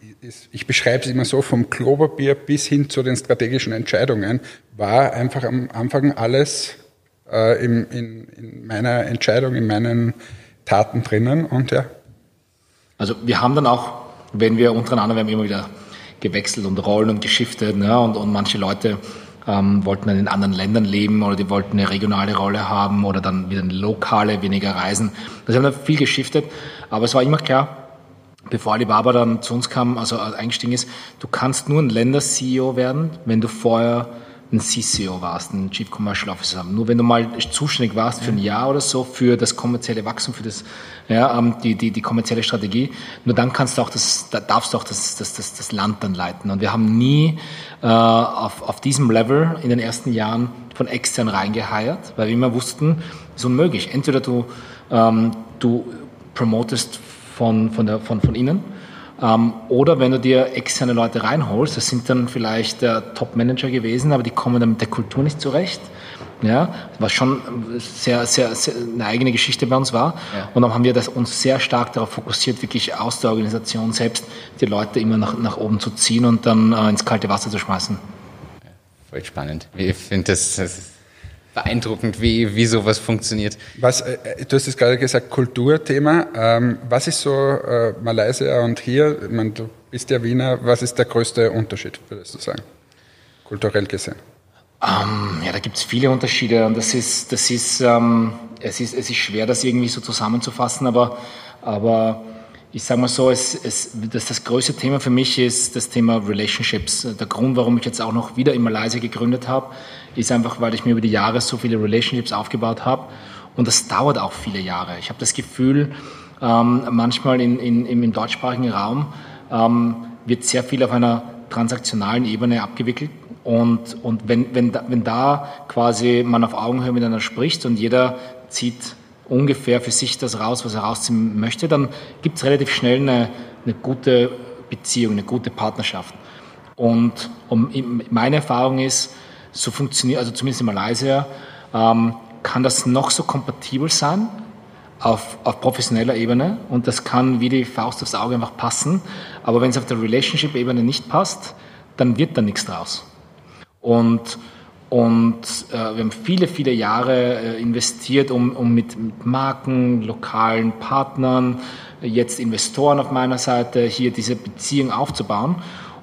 ich beschreibe es immer so, vom Klopapier bis hin zu den strategischen Entscheidungen, war einfach am Anfang alles äh, in, in, in meiner Entscheidung, in meinen Taten drinnen. Und ja. Also wir haben dann auch, wenn wir untereinander, wir haben immer wieder gewechselt und Rollen und geschiftet, ne? und, und manche Leute ähm, wollten dann in anderen Ländern leben oder die wollten eine regionale Rolle haben oder dann wieder eine lokale, weniger reisen. Das haben wir viel geschiftet, aber es war immer klar, bevor Alibaba dann zu uns kam, also eingestiegen ist, du kannst nur ein Länder-C E O werden, wenn du vorher ein C C O warst, ein Chief Commercial Officer haben. Nur wenn du mal zuständig warst für ein Jahr oder so für das kommerzielle Wachstum, für das, ja, die, die, die kommerzielle Strategie, nur dann kannst du auch das, da darfst du auch das, das, das, das Land dann leiten. Und wir haben nie äh, auf, auf diesem Level in den ersten Jahren von extern reingeheiert, weil wir immer wussten, es ist unmöglich. Entweder du, ähm, du promotest von, von, der, von, von innen, Ähm, oder wenn du dir externe Leute reinholst, das sind dann vielleicht äh, Top-Manager gewesen, aber die kommen dann mit der Kultur nicht zurecht. Ja, was schon sehr, sehr, sehr eine eigene Geschichte bei uns war. Ja. Und dann haben wir das uns sehr stark darauf fokussiert, wirklich aus der Organisation selbst die Leute immer nach, nach oben zu ziehen und dann äh, ins kalte Wasser zu schmeißen. Ja, voll spannend. Ich finde das, das ist beeindruckend, wie, wie sowas funktioniert. Was, äh, du hast es gerade gesagt, Kulturthema. Ähm, was ist so äh, Malaysia und hier? Ich meine, du bist ja Wiener. Was ist der größte Unterschied, würdest du sagen, kulturell gesehen? Um, ja, da gibt es viele Unterschiede und das ist, das ist, ähm, es ist, es ist schwer, das irgendwie so zusammenzufassen, aber, aber ich sage mal so, es, es, das, das größte Thema für mich ist das Thema Relationships. Der Grund, warum ich jetzt auch noch wieder in Malaysia gegründet habe, ist einfach, weil ich mir über die Jahre so viele Relationships aufgebaut habe und das dauert auch viele Jahre. Ich habe das Gefühl, ähm, manchmal in, in, im deutschsprachigen Raum ähm, wird sehr viel auf einer transaktionalen Ebene abgewickelt. Und, und wenn, wenn, da, wenn da quasi man auf Augenhöhe miteinander spricht und jeder zieht ungefähr für sich das raus, was er rausziehen möchte, dann gibt es relativ schnell eine, eine gute Beziehung, eine gute Partnerschaft. Und um, meine Erfahrung ist, so funktioniert, also zumindest in Malaysia, ähm, kann das noch so kompatibel sein auf, auf professioneller Ebene und das kann wie die Faust aufs Auge einfach passen. Aber wenn es auf der Relationship-Ebene nicht passt, dann wird da nichts draus. Und, und äh, wir haben viele, viele Jahre äh, investiert, um, um mit, mit Marken, lokalen Partnern, äh, jetzt Investoren auf meiner Seite, hier diese Beziehung aufzubauen.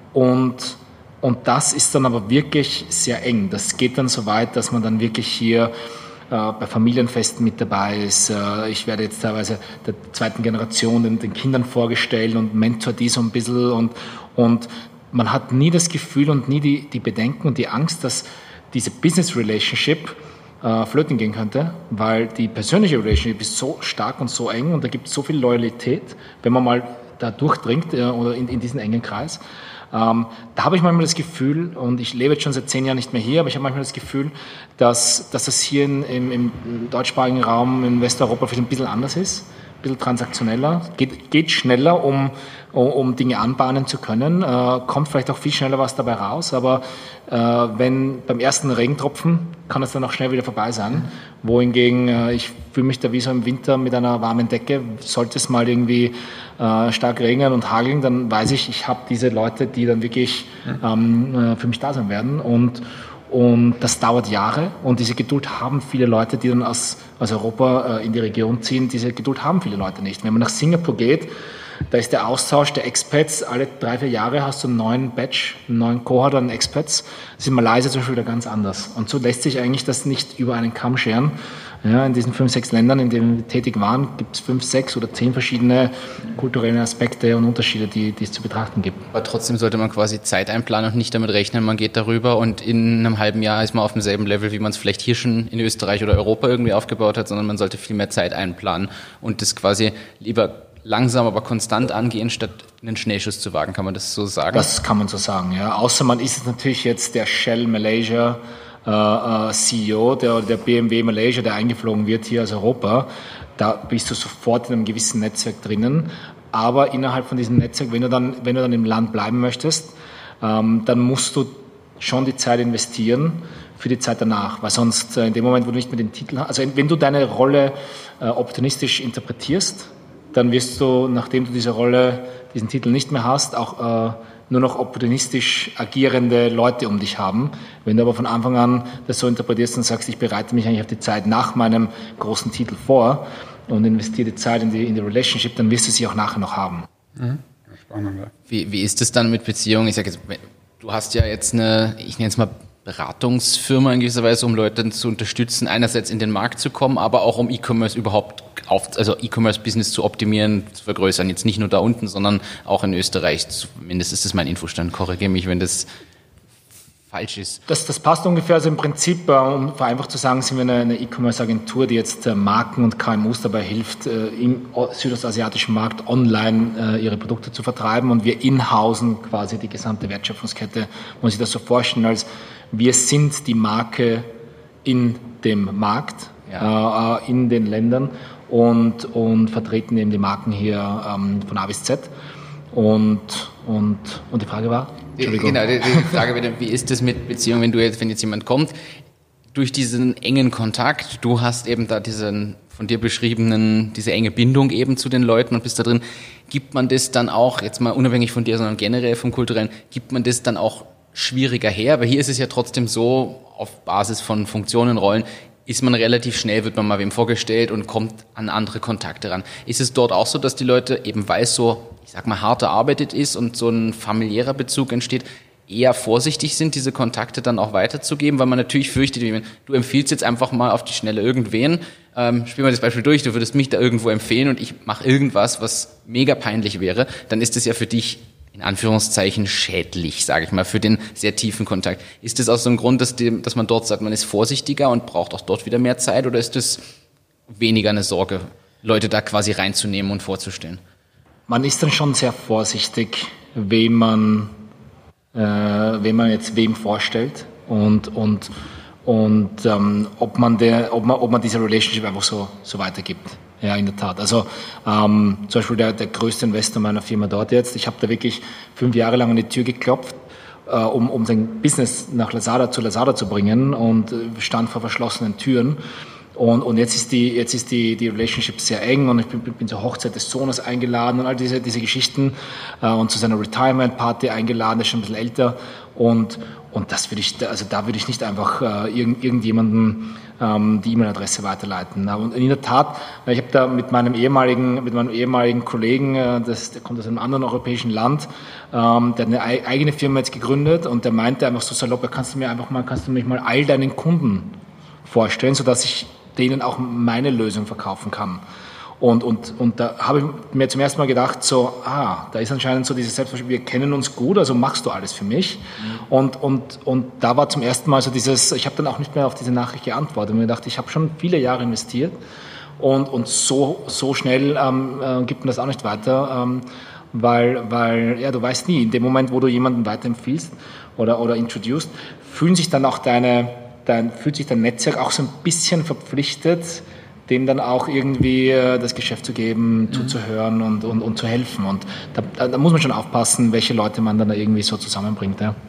Und, und das ist dann aber wirklich sehr eng. Das geht dann so weit, dass man dann wirklich hier äh, bei Familienfesten mit dabei ist. Äh, ich werde jetzt teilweise der zweiten Generation den, den Kindern vorgestellt und mentor die so ein bisschen und, und man hat nie das Gefühl und nie die, die Bedenken und die Angst, dass diese Business Relationship äh, flöten gehen könnte, weil die persönliche Relationship ist so stark und so eng und da gibt es so viel Loyalität, wenn man mal da durchdringt äh, oder in, in diesen engen Kreis. Ähm, da habe ich manchmal das Gefühl, und ich lebe jetzt schon seit zehn Jahren nicht mehr hier, aber ich habe manchmal das Gefühl, dass, dass das hier in, im, im deutschsprachigen Raum in Westeuropa vielleicht ein bisschen anders ist, bisschen transaktioneller, geht, geht schneller, um, um, um Dinge anbahnen zu können, äh, kommt vielleicht auch viel schneller was dabei raus, aber äh, wenn beim ersten Regentropfen kann es dann auch schnell wieder vorbei sein, wohingegen äh, ich fühle mich da wie so im Winter mit einer warmen Decke, sollte es mal irgendwie äh, stark regnen und hageln, dann weiß ich, ich habe diese Leute, die dann wirklich ähm, für mich da sein werden und Und das dauert Jahre und diese Geduld haben viele Leute, die dann aus, aus Europa äh, in die Region ziehen. Diese Geduld haben viele Leute nicht. Wenn man nach Singapur geht, da ist der Austausch der Expats. Alle drei, vier Jahre hast du einen neuen Batch, einen neuen Cohort an Expats. Das ist in Malaysia zum Beispiel wieder ganz anders. Und so lässt sich eigentlich das nicht über einen Kamm scheren. Ja, in diesen fünf, sechs Ländern, in denen wir tätig waren, gibt es fünf, sechs oder zehn verschiedene kulturelle Aspekte und Unterschiede, die, die es zu betrachten gibt. Aber trotzdem sollte man quasi Zeit einplanen und nicht damit rechnen, man geht darüber und in einem halben Jahr ist man auf demselben Level, wie man es vielleicht hier schon in Österreich oder Europa irgendwie aufgebaut hat, sondern man sollte viel mehr Zeit einplanen und das quasi lieber langsam, aber konstant angehen, statt einen Schnellschuss zu wagen. Kann man das so sagen? Das kann man so sagen, ja. Außer man ist natürlich jetzt der Shell Malaysia Uh, C E O, der, der B M W Malaysia, der eingeflogen wird hier aus Europa, da bist du sofort in einem gewissen Netzwerk drinnen. Aber innerhalb von diesem Netzwerk, wenn du dann, wenn du dann im Land bleiben möchtest, ähm, dann musst du schon die Zeit investieren für die Zeit danach. Weil sonst äh, in dem Moment, wo du nicht mehr den Titel hast, also wenn du deine Rolle äh, opportunistisch interpretierst, dann wirst du, nachdem du diese Rolle, diesen Titel nicht mehr hast, auch äh, nur noch opportunistisch agierende Leute um dich haben. Wenn du aber von Anfang an das so interpretierst und sagst, ich bereite mich eigentlich auf die Zeit nach meinem großen Titel vor und investiere die Zeit in die, in die Relationship, dann wirst du sie auch nachher noch haben. Mhm. Spannend, ja. Wie, wie ist es dann mit Beziehungen? Ich sage jetzt, du hast ja jetzt eine, ich nenne es mal Beratungsfirma in gewisser Weise, um Leute zu unterstützen, einerseits in den Markt zu kommen, aber auch um E-Commerce überhaupt auf, also E-Commerce-Business zu optimieren, zu vergrößern. Jetzt nicht nur da unten, sondern auch in Österreich. Zumindest ist das mein Infostand. Korrigiere mich, wenn das falsch ist. Das, das passt ungefähr. Also im Prinzip, um vereinfacht zu sagen, sind wir eine, eine E-Commerce-Agentur, die jetzt Marken und K M Us dabei hilft, im südostasiatischen Markt online ihre Produkte zu vertreiben. Und wir inhausen quasi die gesamte Wertschöpfungskette. Man muss sich das so vorstellen, als wir sind die Marke in dem Markt, ja. äh, in den Ländern und, und vertreten eben die Marken hier ähm, von A bis Z. Und, und, und die Frage war? Entschuldigung. Genau, die, die Frage wäre, wie ist das mit Beziehungen, wenn du jetzt, wenn jetzt jemand kommt, durch diesen engen Kontakt, du hast eben da diesen von dir beschriebenen, diese enge Bindung eben zu den Leuten und bist da drin, gibt man das dann auch, jetzt mal unabhängig von dir, sondern generell vom Kulturellen, gibt man das dann auch schwieriger her? Weil hier ist es ja trotzdem so, auf Basis von Funktionen, Rollen, ist man relativ schnell, wird man mal wem vorgestellt und kommt an andere Kontakte ran. Ist es dort auch so, dass die Leute eben, weil es so, ich sag mal, hart erarbeitet ist und so ein familiärer Bezug entsteht, eher vorsichtig sind, diese Kontakte dann auch weiterzugeben, weil man natürlich fürchtet, du empfiehlst jetzt einfach mal auf die Schnelle irgendwen, ähm, spiel mal das Beispiel durch, du würdest mich da irgendwo empfehlen und ich mache irgendwas, was mega peinlich wäre, dann ist das ja für dich in Anführungszeichen schädlich, sage ich mal, für den sehr tiefen Kontakt. Ist das aus dem Grund, dass, die, dass man dort sagt, man ist vorsichtiger und braucht auch dort wieder mehr Zeit, oder ist das weniger eine Sorge, Leute da quasi reinzunehmen und vorzustellen? Man ist dann schon sehr vorsichtig, wem man, äh, wem man jetzt wem vorstellt und, und, und ähm, ob, man der, ob, man, ob man diese Relationship einfach so, so weitergibt. Ja, in der Tat. Also ähm, zum Beispiel der, der größte Investor meiner Firma dort jetzt, ich habe da wirklich fünf Jahre lang an die Tür geklopft, äh, um, um sein Business nach Lazada zu Lazada zu bringen und äh, stand vor verschlossenen Türen. Und, und jetzt ist die, jetzt ist die, die Relationship sehr eng und ich bin, bin zur Hochzeit des Sohnes eingeladen und all diese, diese Geschichten äh, und zu seiner Retirement Party eingeladen, der ist schon ein bisschen älter und, und das würde ich, also da würde ich nicht einfach äh, irgend, irgendjemanden ähm, die E-Mail-Adresse weiterleiten. Und in der Tat, ich habe da mit meinem ehemaligen, mit meinem ehemaligen Kollegen, äh, das, der kommt aus einem anderen europäischen Land, ähm, der hat eine eigene Firma jetzt gegründet und der meinte einfach so salopp, kannst du mir einfach mal, kannst du mich mal all deinen Kunden vorstellen, sodass ich denen auch meine Lösung verkaufen kann. Und, und, und da habe ich mir zum ersten Mal gedacht, so, ah, da ist anscheinend so dieses Selbstverständnis, wir kennen uns gut, also machst du alles für mich. Mhm. Und, und, und da war zum ersten Mal so dieses, ich habe dann auch nicht mehr auf diese Nachricht geantwortet. Und mir gedacht, ich habe schon viele Jahre investiert und, und so, so schnell ähm, äh, gibt man das auch nicht weiter, ähm, weil, weil, ja, du weißt nie, in dem Moment, wo du jemanden weiterempfiehlst oder, oder introduced, fühlen sich dann auch deine, dann fühlt sich dein Netzwerk auch so ein bisschen verpflichtet, dem dann auch irgendwie äh, das Geschäft zu geben, mhm. zuzuhören und, und, und zu helfen. Und da, da muss man schon aufpassen, welche Leute man dann da irgendwie so zusammenbringt. Ja,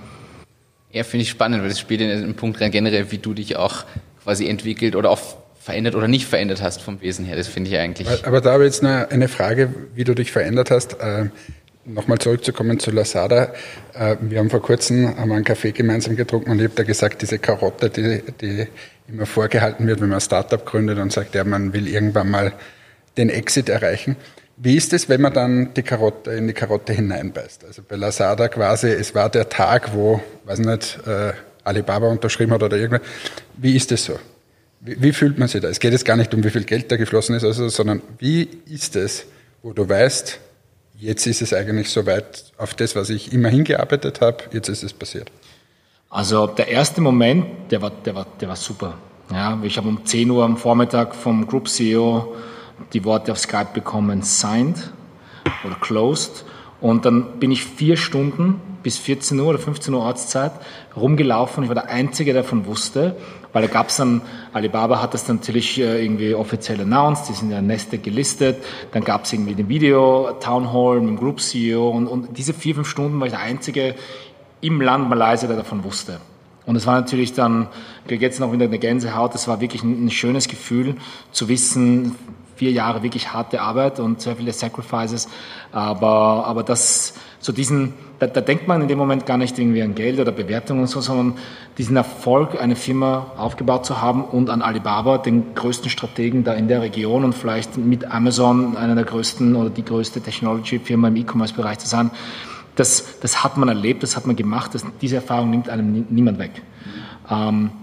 ja finde ich spannend, weil das spielt in einem Punkt rein generell, wie du dich auch quasi entwickelt oder auch verändert oder nicht verändert hast vom Wesen her. Das finde ich eigentlich... Aber da habe ich jetzt noch eine Frage, wie du dich verändert hast. Äh, Nochmal zurückzukommen zu Lazada. Äh, wir haben vor kurzem haben einen Kaffee gemeinsam getrunken und ich habe da gesagt, diese Karotte, die, die immer vorgehalten wird, wenn man ein Startup gründet und sagt, ja, man will irgendwann mal den Exit erreichen. Wie ist es, wenn man dann die Karotte in die Karotte hineinbeißt? Also bei Lazada quasi, es war der Tag, wo, weiß nicht, äh, Alibaba unterschrieben hat oder irgendwas. Wie ist es so? Wie, wie fühlt man sich da? Es geht jetzt gar nicht um, wie viel Geld da geflossen ist, also, sondern wie ist es, wo du weißt, jetzt ist es eigentlich soweit auf das, was ich immer hingearbeitet habe, jetzt ist es passiert? Also der erste Moment, der war, der war, der war super. Ja, ich habe um zehn Uhr am Vormittag vom Group C E O die Worte auf Skype bekommen, signed oder closed. Und dann bin ich vier Stunden bis vierzehn Uhr oder fünfzehn Uhr Ortszeit rumgelaufen. Ich war der Einzige, der davon wusste, weil da gab es dann, Alibaba hat das dann natürlich irgendwie offiziell announced, die sind ja Nasdaq gelistet, dann gab es irgendwie den Video-Town Hall mit dem Group C E O und, und diese vier, fünf Stunden war ich der Einzige im Land Malaysia, der davon wusste. Und es war natürlich dann, ich kriege jetzt noch wieder eine Gänsehaut, das war wirklich ein, ein schönes Gefühl zu wissen, vier Jahre wirklich harte Arbeit und sehr viele Sacrifices, aber, aber das, so diesen, da, da denkt man in dem Moment gar nicht irgendwie an Geld oder Bewertung und so, sondern diesen Erfolg, eine Firma aufgebaut zu haben und an Alibaba, den größten Strategen da in der Region und vielleicht mit Amazon einer der größten oder die größte Technology-Firma im E-Commerce-Bereich zu sein, das, das hat man erlebt, das hat man gemacht, das, diese Erfahrung nimmt einem nie, niemand weg. Mhm. Ähm,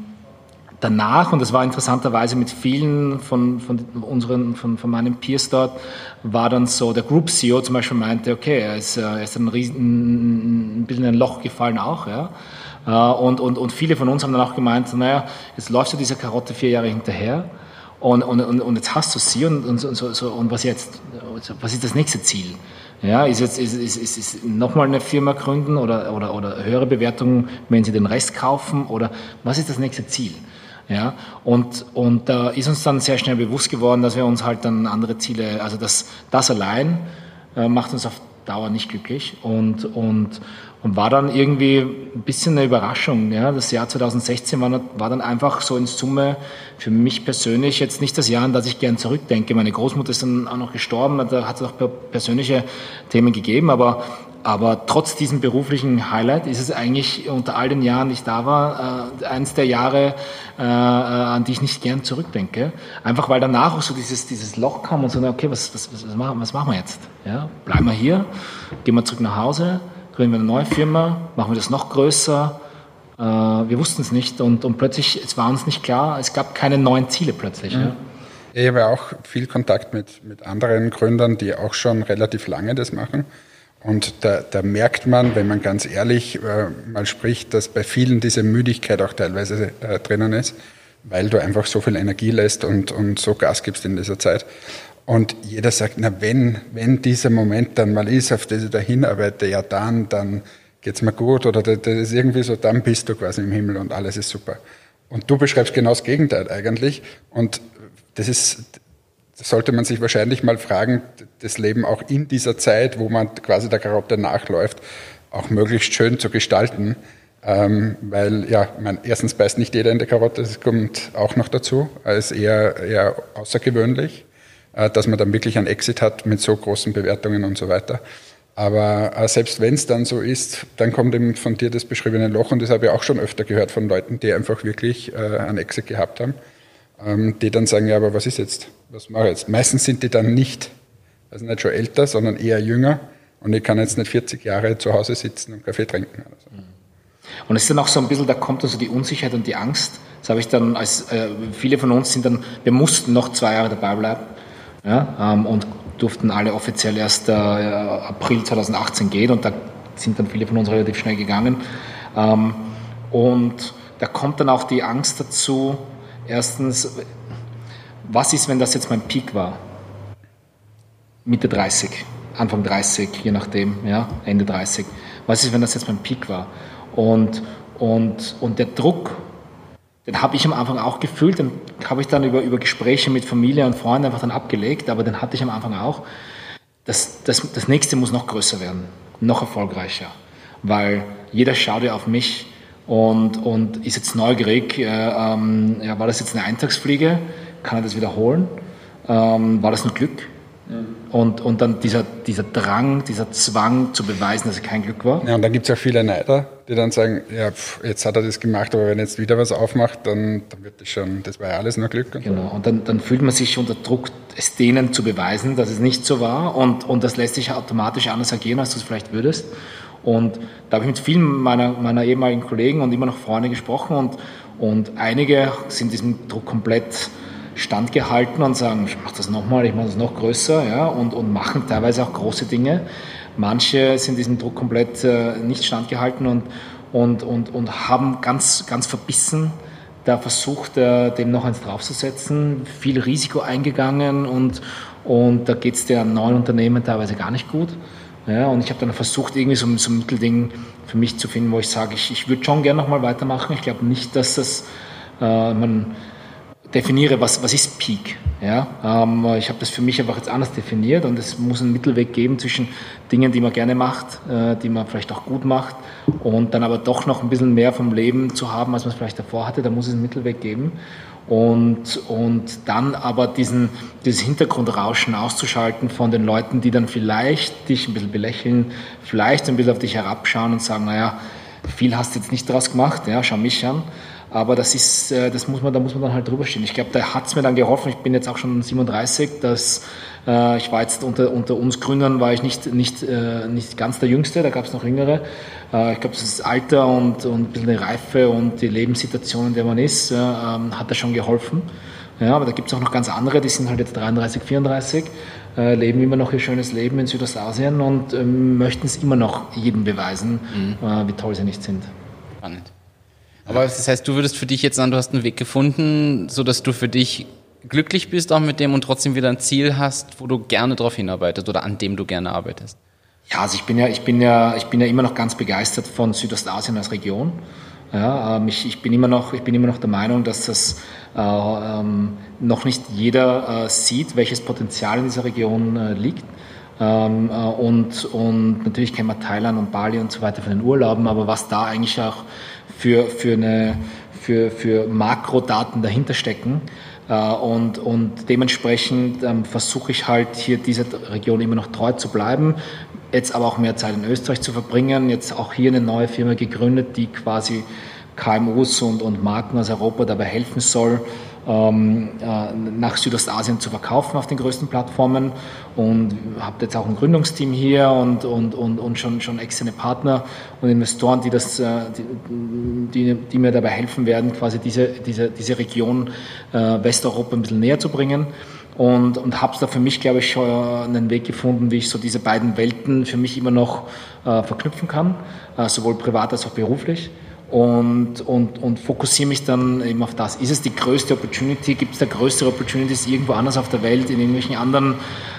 Danach, und das war interessanterweise mit vielen von, von unseren, von, von meinen Peers dort, war dann so, der Group C E O zum Beispiel meinte, okay, er ist, er ist ein, riesen, ein bisschen ein Loch gefallen auch, ja. Und, und, und viele von uns haben dann auch gemeint, naja, jetzt läufst du dieser Karotte vier Jahre hinterher und, und, und, und jetzt hast du sie und, und, und, so, so, und was jetzt, was ist das nächste Ziel? Ja, ist jetzt, ist, ist, ist, ist nochmal eine Firma gründen oder, oder, oder höhere Bewertungen, wenn sie den Rest kaufen oder was ist das nächste Ziel? Ja, und, und da ist uns dann sehr schnell bewusst geworden, dass wir uns halt dann andere Ziele, also das, das allein äh, macht uns auf Dauer nicht glücklich und, und, und war dann irgendwie ein bisschen eine Überraschung. Ja, das Jahr zwanzig sechzehn war, war dann einfach so in Summe für mich persönlich jetzt nicht das Jahr, an das ich gern zurückdenke. Meine Großmutter ist dann auch noch gestorben, da hat es auch persönliche Themen gegeben, aber Aber trotz diesem beruflichen Highlight ist es eigentlich unter all den Jahren, die ich da war, äh, eins der Jahre, äh, an die ich nicht gern zurückdenke. Einfach weil danach auch so dieses, dieses Loch kam und so, okay, was, was, was, machen, was machen wir jetzt? Ja, bleiben wir hier, gehen wir zurück nach Hause, gründen wir eine neue Firma, machen wir das noch größer? Äh, wir wussten es nicht und, und plötzlich, es war uns nicht klar, es gab keine neuen Ziele plötzlich. Mhm. Ja. Ich habe auch viel Kontakt mit, mit anderen Gründern, die auch schon relativ lange das machen. Und da, da merkt man, wenn man ganz ehrlich äh, mal spricht, dass bei vielen diese Müdigkeit auch teilweise äh, drinnen ist, weil du einfach so viel Energie lässt und, und so Gas gibst in dieser Zeit. Und jeder sagt, na wenn, wenn dieser Moment dann mal ist, auf den ich da hinarbeite, ja dann, dann geht's mir gut oder das ist irgendwie so, dann bist du quasi im Himmel und alles ist super. Und du beschreibst genau das Gegenteil eigentlich. Und das ist... Das sollte man sich wahrscheinlich mal fragen, das Leben auch in dieser Zeit, wo man quasi der Karotte nachläuft, auch möglichst schön zu gestalten. Ähm, weil, ja, mein, erstens beißt nicht jeder in die Karotte, das kommt auch noch dazu, als eher, eher außergewöhnlich, äh, dass man dann wirklich einen Exit hat mit so großen Bewertungen und so weiter. Aber äh, selbst wenn es dann so ist, dann kommt eben von dir das beschriebene Loch und das habe ich auch schon öfter gehört von Leuten, die einfach wirklich äh, einen Exit gehabt haben. Die dann sagen, ja, aber was ist jetzt? Was mache ich jetzt? Meistens sind die dann nicht, also nicht schon älter, sondern eher jünger. Und ich kann jetzt nicht vierzig Jahre zu Hause sitzen und Kaffee trinken. Oder so. Und es ist dann auch so ein bisschen, da kommt also die Unsicherheit und die Angst. Das habe ich dann, als äh, viele von uns sind dann, wir mussten noch zwei Jahre dabei bleiben, ja, ähm, und durften alle offiziell erst äh, April zwanzig achtzehn gehen und da sind dann viele von uns relativ schnell gegangen. Ähm, und da kommt dann auch die Angst dazu. Erstens, was ist, wenn das jetzt mein Peak war? Mitte dreißig, Anfang dreißig, je nachdem, ja, Ende dreißig. Was ist, wenn das jetzt mein Peak war? Und, und, und der Druck, den habe ich am Anfang auch gefühlt, den habe ich dann über, über Gespräche mit Familie und Freunden einfach dann abgelegt, aber den hatte ich am Anfang auch. Das, das, das nächste muss noch größer werden, noch erfolgreicher, weil jeder schaut ja auf mich und, und ist jetzt neugierig, äh, ähm, ja, war das jetzt eine Eintagsfliege, kann er das wiederholen, ähm, war das nur Glück? Und, und dann dieser, dieser Drang, dieser Zwang zu beweisen, dass er kein Glück war. Ja, und dann gibt es auch viele Neider, die dann sagen, ja, pf, jetzt hat er das gemacht, aber wenn er jetzt wieder was aufmacht, dann, dann wird das schon, das war ja alles nur Glück. Und genau, und dann, dann fühlt man sich unter Druck, es denen zu beweisen, dass es nicht so war und, und das lässt sich automatisch anders agieren, als du es vielleicht würdest. Und da habe ich mit vielen meiner, meiner ehemaligen Kollegen und immer noch Freunde gesprochen und, und einige sind diesem Druck komplett standgehalten und sagen, ich mache das nochmal, ich mache das noch größer, ja, und, und machen teilweise auch große Dinge. Manche sind diesem Druck komplett äh, nicht standgehalten und, und, und, und haben ganz, ganz verbissen da versucht, äh, dem noch eins draufzusetzen, viel Risiko eingegangen und, und da geht es den neuen Unternehmen teilweise gar nicht gut. Ja, und ich habe dann versucht, irgendwie so, so ein Mittelding für mich zu finden, wo ich sage, ich, ich würde schon gerne nochmal weitermachen. Ich glaube nicht, dass das äh, man definiere, was, was ist Peak. Ja? Ähm, ich habe das für mich einfach jetzt anders definiert und es muss einen Mittelweg geben zwischen Dingen, die man gerne macht, äh, die man vielleicht auch gut macht und dann aber doch noch ein bisschen mehr vom Leben zu haben, als man es vielleicht davor hatte. Da muss es einen Mittelweg geben. Und, und dann aber diesen, dieses Hintergrundrauschen auszuschalten von den Leuten, die dann vielleicht dich ein bisschen belächeln, vielleicht ein bisschen auf dich herabschauen und sagen, naja, viel hast du jetzt nicht draus gemacht, ja, schau mich an. Aber das ist, das muss man, da muss man dann halt drüber stehen. Ich glaube, da hat es mir dann geholfen. Ich bin jetzt auch schon siebenunddreißig, dass äh, ich war jetzt unter, unter uns Gründern war ich nicht, nicht, äh, nicht ganz der Jüngste, da gab es noch Jüngere. Äh, ich glaube, das ist das Alter und, und ein bisschen die Reife und die Lebenssituation, in der man ist, äh, hat das schon geholfen. Ja, aber da gibt es auch noch ganz andere, die sind halt jetzt dreiunddreißig, vierunddreißig, äh, leben immer noch ihr schönes Leben in Südostasien und äh, möchten es immer noch jedem beweisen, mhm. äh, wie toll sie nicht sind. Spannend. Aber das heißt, du würdest für dich jetzt sagen, du hast einen Weg gefunden, so dass du für dich glücklich bist auch mit dem und trotzdem wieder ein Ziel hast, wo du gerne drauf hinarbeitest oder an dem du gerne arbeitest. Ja, also ich bin ja, ich bin ja, ich bin ja immer noch ganz begeistert von Südostasien als Region. Ja, ähm, ich, ich bin immer noch, ich bin immer noch der Meinung, dass das äh, ähm, noch nicht jeder äh, sieht, welches Potenzial in dieser Region äh, liegt. Ähm, äh, und, und natürlich kennen wir Thailand und Bali und so weiter von den Urlauben, aber was da eigentlich auch für, für, eine, für, für Makrodaten dahinter stecken. Äh, und, und dementsprechend ähm, versuche ich halt hier dieser Region immer noch treu zu bleiben, jetzt aber auch mehr Zeit in Österreich zu verbringen, jetzt auch hier eine neue Firma gegründet, die quasi K M Us und, und Marken aus Europa dabei helfen soll, ähm, äh, nach Südostasien zu verkaufen auf den größten Plattformen und habe jetzt auch ein Gründungsteam hier und, und, und, und schon, schon externe Partner und Investoren, die, das, äh, die, die, die mir dabei helfen werden, quasi diese, diese, diese Region äh, Westeuropa ein bisschen näher zu bringen. Und, und habe da für mich, glaube ich, schon einen Weg gefunden, wie ich so diese beiden Welten für mich immer noch äh, verknüpfen kann, äh, sowohl privat als auch beruflich. Und, und, und fokussiere mich dann eben auf das. Ist es die größte Opportunity? Gibt es da größere Opportunities irgendwo anders auf der Welt, in irgendwelchen anderen,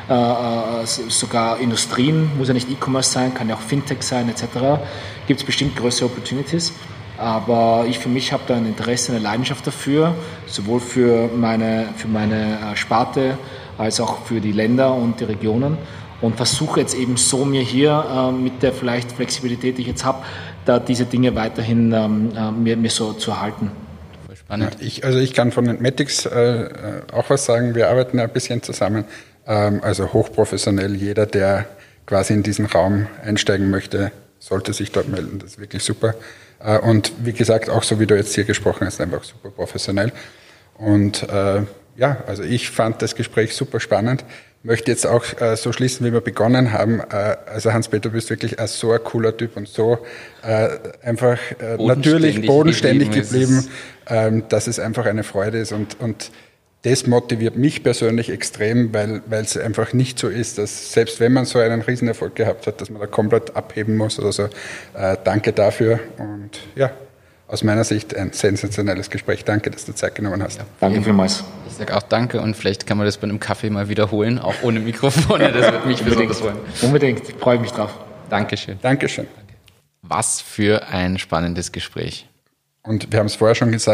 äh, sogar Industrien? Muss ja nicht E-Commerce sein, kann ja auch Fintech sein, et cetera. Gibt es bestimmt größere Opportunities. Aber ich für mich habe da ein Interesse, eine Leidenschaft dafür, sowohl für meine, für meine Sparte als auch für die Länder und die Regionen. Und versuche jetzt eben so mir hier äh, mit der vielleicht Flexibilität, die ich jetzt habe, da diese Dinge weiterhin ähm, äh, mir, mir so zu erhalten. Voll spannend. Ja, ich, also ich kann von Entmatics äh, auch was sagen. Wir arbeiten ein bisschen zusammen, ähm, also hochprofessionell. Jeder, der quasi in diesen Raum einsteigen möchte, sollte sich dort melden. Das ist wirklich super. Äh, und wie gesagt, auch so wie du jetzt hier gesprochen hast, einfach super professionell. Und äh, ja, also ich fand das Gespräch super spannend. Möchte jetzt auch äh, so schließen, wie wir begonnen haben. Äh, also Hans-Peter, du bist wirklich ein so ein cooler Typ und so äh, einfach äh, bodenständig natürlich bodenständig geblieben, geblieben ähm, dass es einfach eine Freude ist. Und, und das motiviert mich persönlich extrem, weil weil es einfach nicht so ist, dass selbst wenn man so einen Riesenerfolg gehabt hat, dass man da komplett abheben muss oder so. Äh, danke dafür und ja, aus meiner Sicht ein sensationelles Gespräch. Danke, dass du Zeit genommen hast. Ja, danke vielmals. Ich sage auch danke und vielleicht kann man das bei einem Kaffee mal wiederholen, auch ohne Mikrofon. Das wird mich besonders freuen. Unbedingt, ich freue mich drauf. Dankeschön. Dankeschön. Was für ein spannendes Gespräch. Und wir haben es vorher schon gesagt,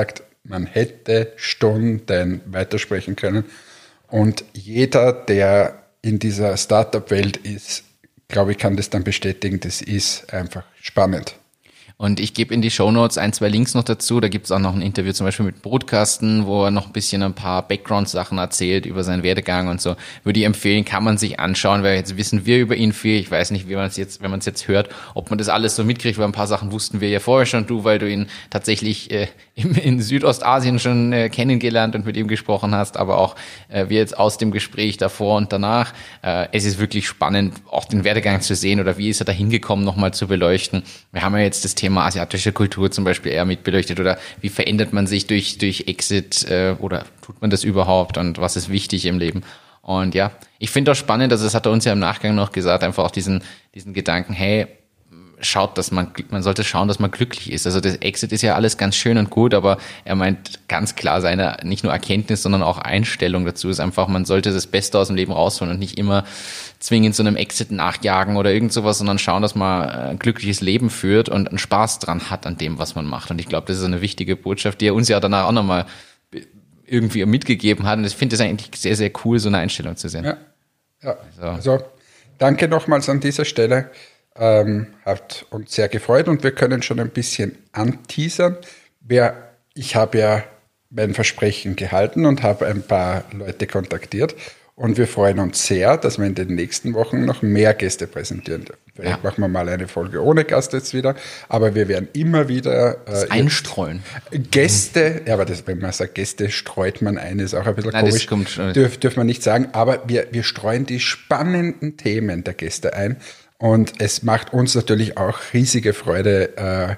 man hätte Stunden weitersprechen können. Und jeder, der in dieser Startup-Welt ist, glaube ich, kann das dann bestätigen, das ist einfach spannend. Und ich gebe in die Shownotes ein, zwei Links noch dazu. Da gibt es auch noch ein Interview zum Beispiel mit Brutkasten, wo er noch ein bisschen ein paar Background-Sachen erzählt über seinen Werdegang und so. Würde ich empfehlen, kann man sich anschauen, weil jetzt wissen wir über ihn viel. Ich weiß nicht, wie man es jetzt, wenn man es jetzt hört, ob man das alles so mitkriegt, weil ein paar Sachen wussten wir ja vorher schon, du, weil du ihn tatsächlich äh, in, in Südostasien schon äh, kennengelernt und mit ihm gesprochen hast, aber auch äh, wir jetzt aus dem Gespräch davor und danach. Äh, es ist wirklich spannend, auch den Werdegang zu sehen oder wie ist er da hingekommen, nochmal zu beleuchten. Wir haben ja jetzt das Thema Thema asiatische Kultur zum Beispiel eher mit beleuchtet oder wie verändert man sich durch durch Exit äh, oder tut man das überhaupt und was ist wichtig im Leben? Und ja, ich finde auch spannend, also das hat er uns ja im Nachgang noch gesagt, einfach auch diesen diesen Gedanken, hey, schaut, dass man man sollte schauen, dass man glücklich ist. Also das Exit ist ja alles ganz schön und gut, aber er meint ganz klar seine nicht nur Erkenntnis, sondern auch Einstellung dazu ist einfach, man sollte das Beste aus dem Leben rausholen und nicht immer zwingend so einem Exit nachjagen oder irgend sowas, sondern schauen, dass man ein glückliches Leben führt und einen Spaß dran hat an dem, was man macht. Und ich glaube, das ist eine wichtige Botschaft, die er uns ja danach auch nochmal irgendwie mitgegeben hat. Und ich finde es eigentlich sehr, sehr cool, so eine Einstellung zu sehen. Ja, ja. Also. also danke nochmals an dieser Stelle. Ähm, hat uns sehr gefreut und wir können schon ein bisschen anteasern. Wer, ich habe ja mein Versprechen gehalten und habe ein paar Leute kontaktiert und wir freuen uns sehr, dass wir in den nächsten Wochen noch mehr Gäste präsentieren dürfen. Vielleicht ja. machen wir mal eine Folge ohne Gast jetzt wieder, aber wir werden immer wieder äh, einstreuen. Gäste, ja, aber das, wenn man sagt Gäste, streut man ein, ist auch ein bisschen Nein, komisch. Das kommt schon. Dürf, dürfen wir nicht sagen, aber wir, wir streuen die spannenden Themen der Gäste ein. Und es macht uns natürlich auch riesige Freude.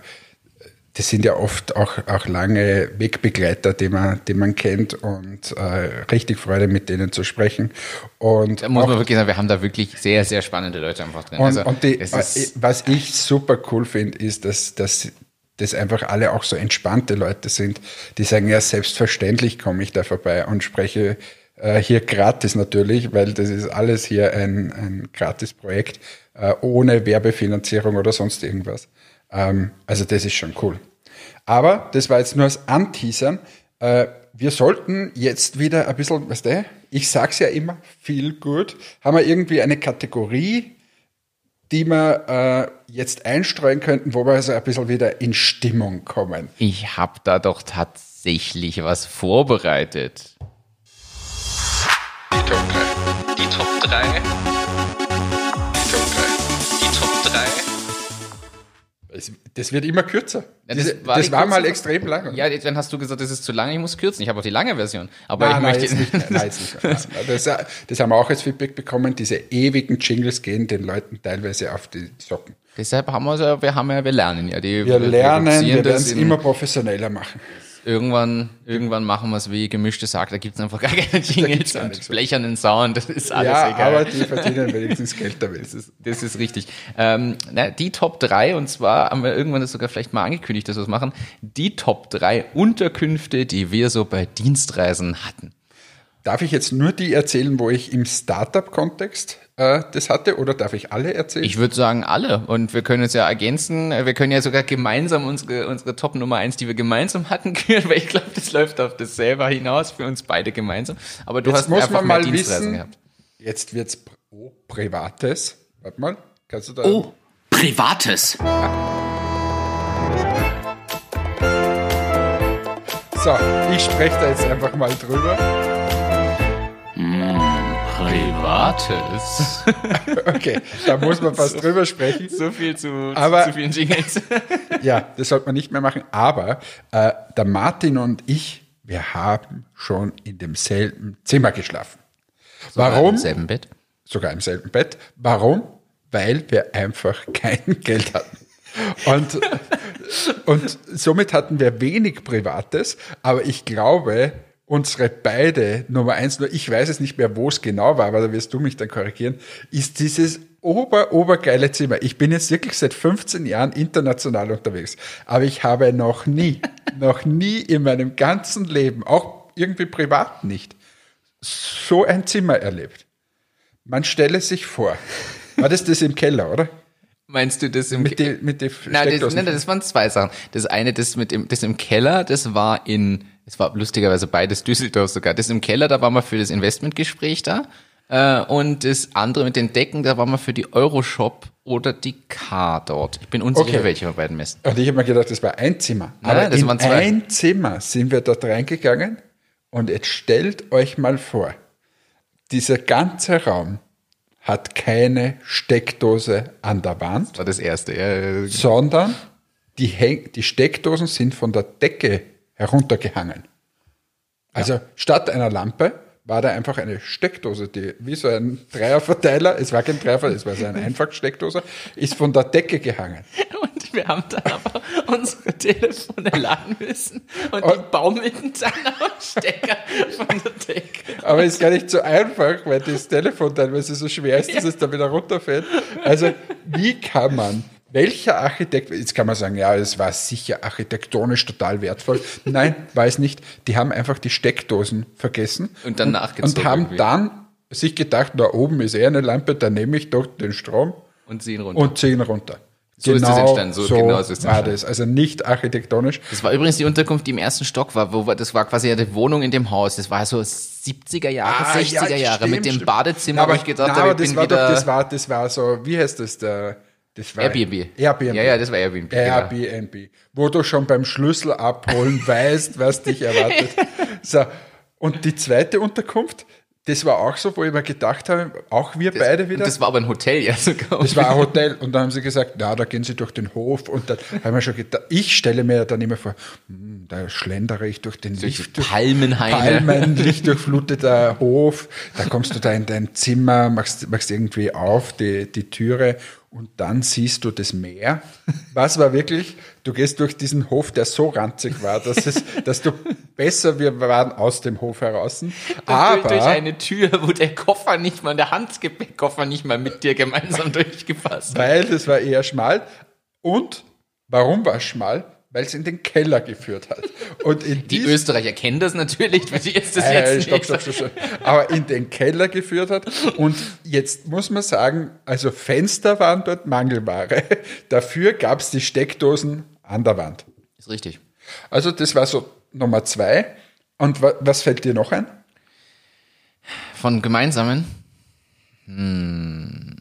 Das sind ja oft auch, auch lange Wegbegleiter, die man, die man kennt und äh, richtig Freude, mit denen zu sprechen. Und da muss auch, man wirklich sagen, wir haben da wirklich sehr, sehr spannende Leute einfach drin. Und, also, und die, was ich super cool finde, ist, dass, dass das einfach alle auch so entspannte Leute sind, die sagen, ja, selbstverständlich komme ich da vorbei und spreche äh, hier gratis natürlich, weil das ist alles hier ein, ein Gratis-Projekt, äh, ohne Werbefinanzierung oder sonst irgendwas. Ähm, also das ist schon cool. Aber das war jetzt nur das Anteasern. Äh, wir sollten jetzt wieder ein bisschen, weißt du, ich sag's ja immer, viel gut. Haben wir irgendwie eine Kategorie, die wir äh, jetzt einstreuen könnten, wo wir also ein bisschen wieder in Stimmung kommen? Ich habe da doch tatsächlich was vorbereitet. Die Top drei. Die Top drei. Die Top drei. Die Top drei. Das wird immer kürzer. Ja, das das war, das war mal kürzer. extrem lang. Ja, dann hast du gesagt, das ist zu lang, ich muss kürzen. Ich habe auch die lange Version. Aber nein, ich nein, möchte jetzt nicht mehr. Nein, jetzt nicht mehr. Das, das haben wir auch als Feedback bekommen. Diese ewigen Jingles gehen den Leuten teilweise auf die Socken. Deshalb haben wir so, wir haben ja, wir lernen ja. Die, wir lernen, wir werden es in, immer professioneller machen. Irgendwann, irgendwann machen wir es wie gemischtes Hack, da gibt es einfach gar keine Jingles und so. Blechernen Sound, das ist alles ja, egal. aber die verdienen wenigstens Geld damit. Das ist, das ist richtig. Ähm, na, die Top drei, und zwar haben wir irgendwann das sogar vielleicht mal angekündigt, dass wir es machen, die Top drei Unterkünfte, die wir so bei Dienstreisen hatten. Darf ich jetzt nur die erzählen, wo ich im Startup-Kontext äh, das hatte, oder darf ich alle erzählen? Ich würde sagen alle. Und wir können es ja ergänzen. Wir können ja sogar gemeinsam unsere, unsere Top Nummer eins, die wir gemeinsam hatten, küren, weil ich glaube, das läuft auf das selber hinaus für uns beide gemeinsam. Aber du jetzt hast muss einfach man mehr mal Dienstreisen wissen, gehabt. Jetzt wird's oh, Privates. Warte mal, kannst du da... Oh, Privates. So, ich spreche da jetzt einfach mal drüber. Privates. Okay, da muss man fast so, drüber sprechen. So viel zu, aber, zu, zu vielen Jingles. Ja, das sollte man nicht mehr machen. Aber äh, der Martin und ich, wir haben schon in demselben Zimmer geschlafen. Sogar Warum? im selben Bett? Sogar im selben Bett. Warum? Weil wir einfach kein Geld hatten. Und, und somit hatten wir wenig Privates. Aber ich glaube, unsere beide Nummer eins, nur ich weiß es nicht mehr, wo es genau war, aber da wirst du mich dann korrigieren, ist dieses ober, obergeile Zimmer. Ich bin jetzt wirklich seit fünfzehn Jahren international unterwegs, aber ich habe noch nie, noch nie in meinem ganzen Leben, auch irgendwie privat nicht, so ein Zimmer erlebt. Man stelle sich vor, war das das im Keller, oder? Meinst du das im mit die, mit die Nein, das, nein, das waren zwei Sachen. Das eine, das mit dem, das im Keller, das war in Es war lustigerweise beides Düsseldorf sogar. Das im Keller, da waren wir für das Investmentgespräch da. Äh, und das andere mit den Decken, da waren wir für die Euroshop oder die K dort. Ich bin unsicher, Okay. welche von beiden messen. Und ich habe mir gedacht, das war ein Zimmer. Nein, Aber das in waren zwei. ein Zimmer sind wir dort reingegangen und jetzt stellt euch mal vor, dieser ganze Raum hat keine Steckdose an der Wand, Das war das erste. Ja, sondern die, Häng die Steckdosen sind von der Decke heruntergehangen. Also statt einer Lampe war da einfach eine Steckdose, die wie so ein Dreierverteiler, es war kein Dreierverteiler, es war so eine Einfachsteckdose, ist von der Decke gehangen. Und wir haben dann aber unsere Telefone laden müssen und die Und- baumelten dann am Stecker von der Decke. Aber ist gar nicht so einfach, weil das Telefon teilweise so schwer ist, dass es da wieder runterfällt. Also wie kann man, welcher Architekt, jetzt kann man sagen, ja, es war sicher architektonisch total wertvoll. Nein, war es nicht. Die haben einfach die Steckdosen vergessen. Und dann nachgezogen Und haben irgendwie. dann sich gedacht, da oben ist eh eine Lampe, da nehme ich doch den Strom Und ziehen runter. und ziehen runter. So ist das entstanden, so genau ist das war entstanden. das. Also nicht architektonisch. Das war übrigens die Unterkunft, die im ersten Stock war. Wo, wir- das war quasi eine Wohnung in dem Haus. Das war so siebziger Jahre, Ah, sechziger ja, Jahre stimmt, mit dem stimmt. Badezimmer, Na, aber, wo ich gedacht na, habe, aber ich das bin war wieder doch, das war, das war so, wie heißt das, der, das war Airbnb. Airbnb. Ja, ja, das war Airbnb. genau. Airbnb, wo du schon beim Schlüssel abholen weißt, was dich erwartet. So, und die zweite Unterkunft, das war auch so, wo ich mir gedacht habe, auch wir beide Und wieder. das war aber ein Hotel, ja sogar. Das war ein Hotel und dann haben sie gesagt, na, da gehen sie durch den Hof und dann haben wir schon gedacht, ich stelle mir dann immer vor, hm, da schlendere ich durch den Durch Licht, die Palmenhaine. Palmen, lichtdurchfluteter Hof, da kommst du da in dein Zimmer, machst, machst irgendwie auf die, die Türe und dann siehst du das Meer. Was war wirklich, du gehst durch diesen Hof, der so ranzig war, dass, es, dass du besser, wir waren aus dem Hof heraus, aber durch, durch eine Tür, wo der Koffer nicht mal, der Handgepäckkoffer nicht mal mit dir gemeinsam durchgepasst hat. weil das war eher schmal. Und warum war es schmal? Weil es in den Keller geführt hat. Und in Die dies- Österreicher kennen das natürlich, für die ist das Äh, jetzt stopp, nicht. stopp, stopp, stopp. Aber in den Keller geführt hat. Und jetzt muss man sagen, also Fenster waren dort Mangelware. Dafür gab es die Steckdosen an der Wand. Ist richtig. Also das war so Nummer zwei. Und wa was fällt dir noch ein? Von gemeinsamen? Hm.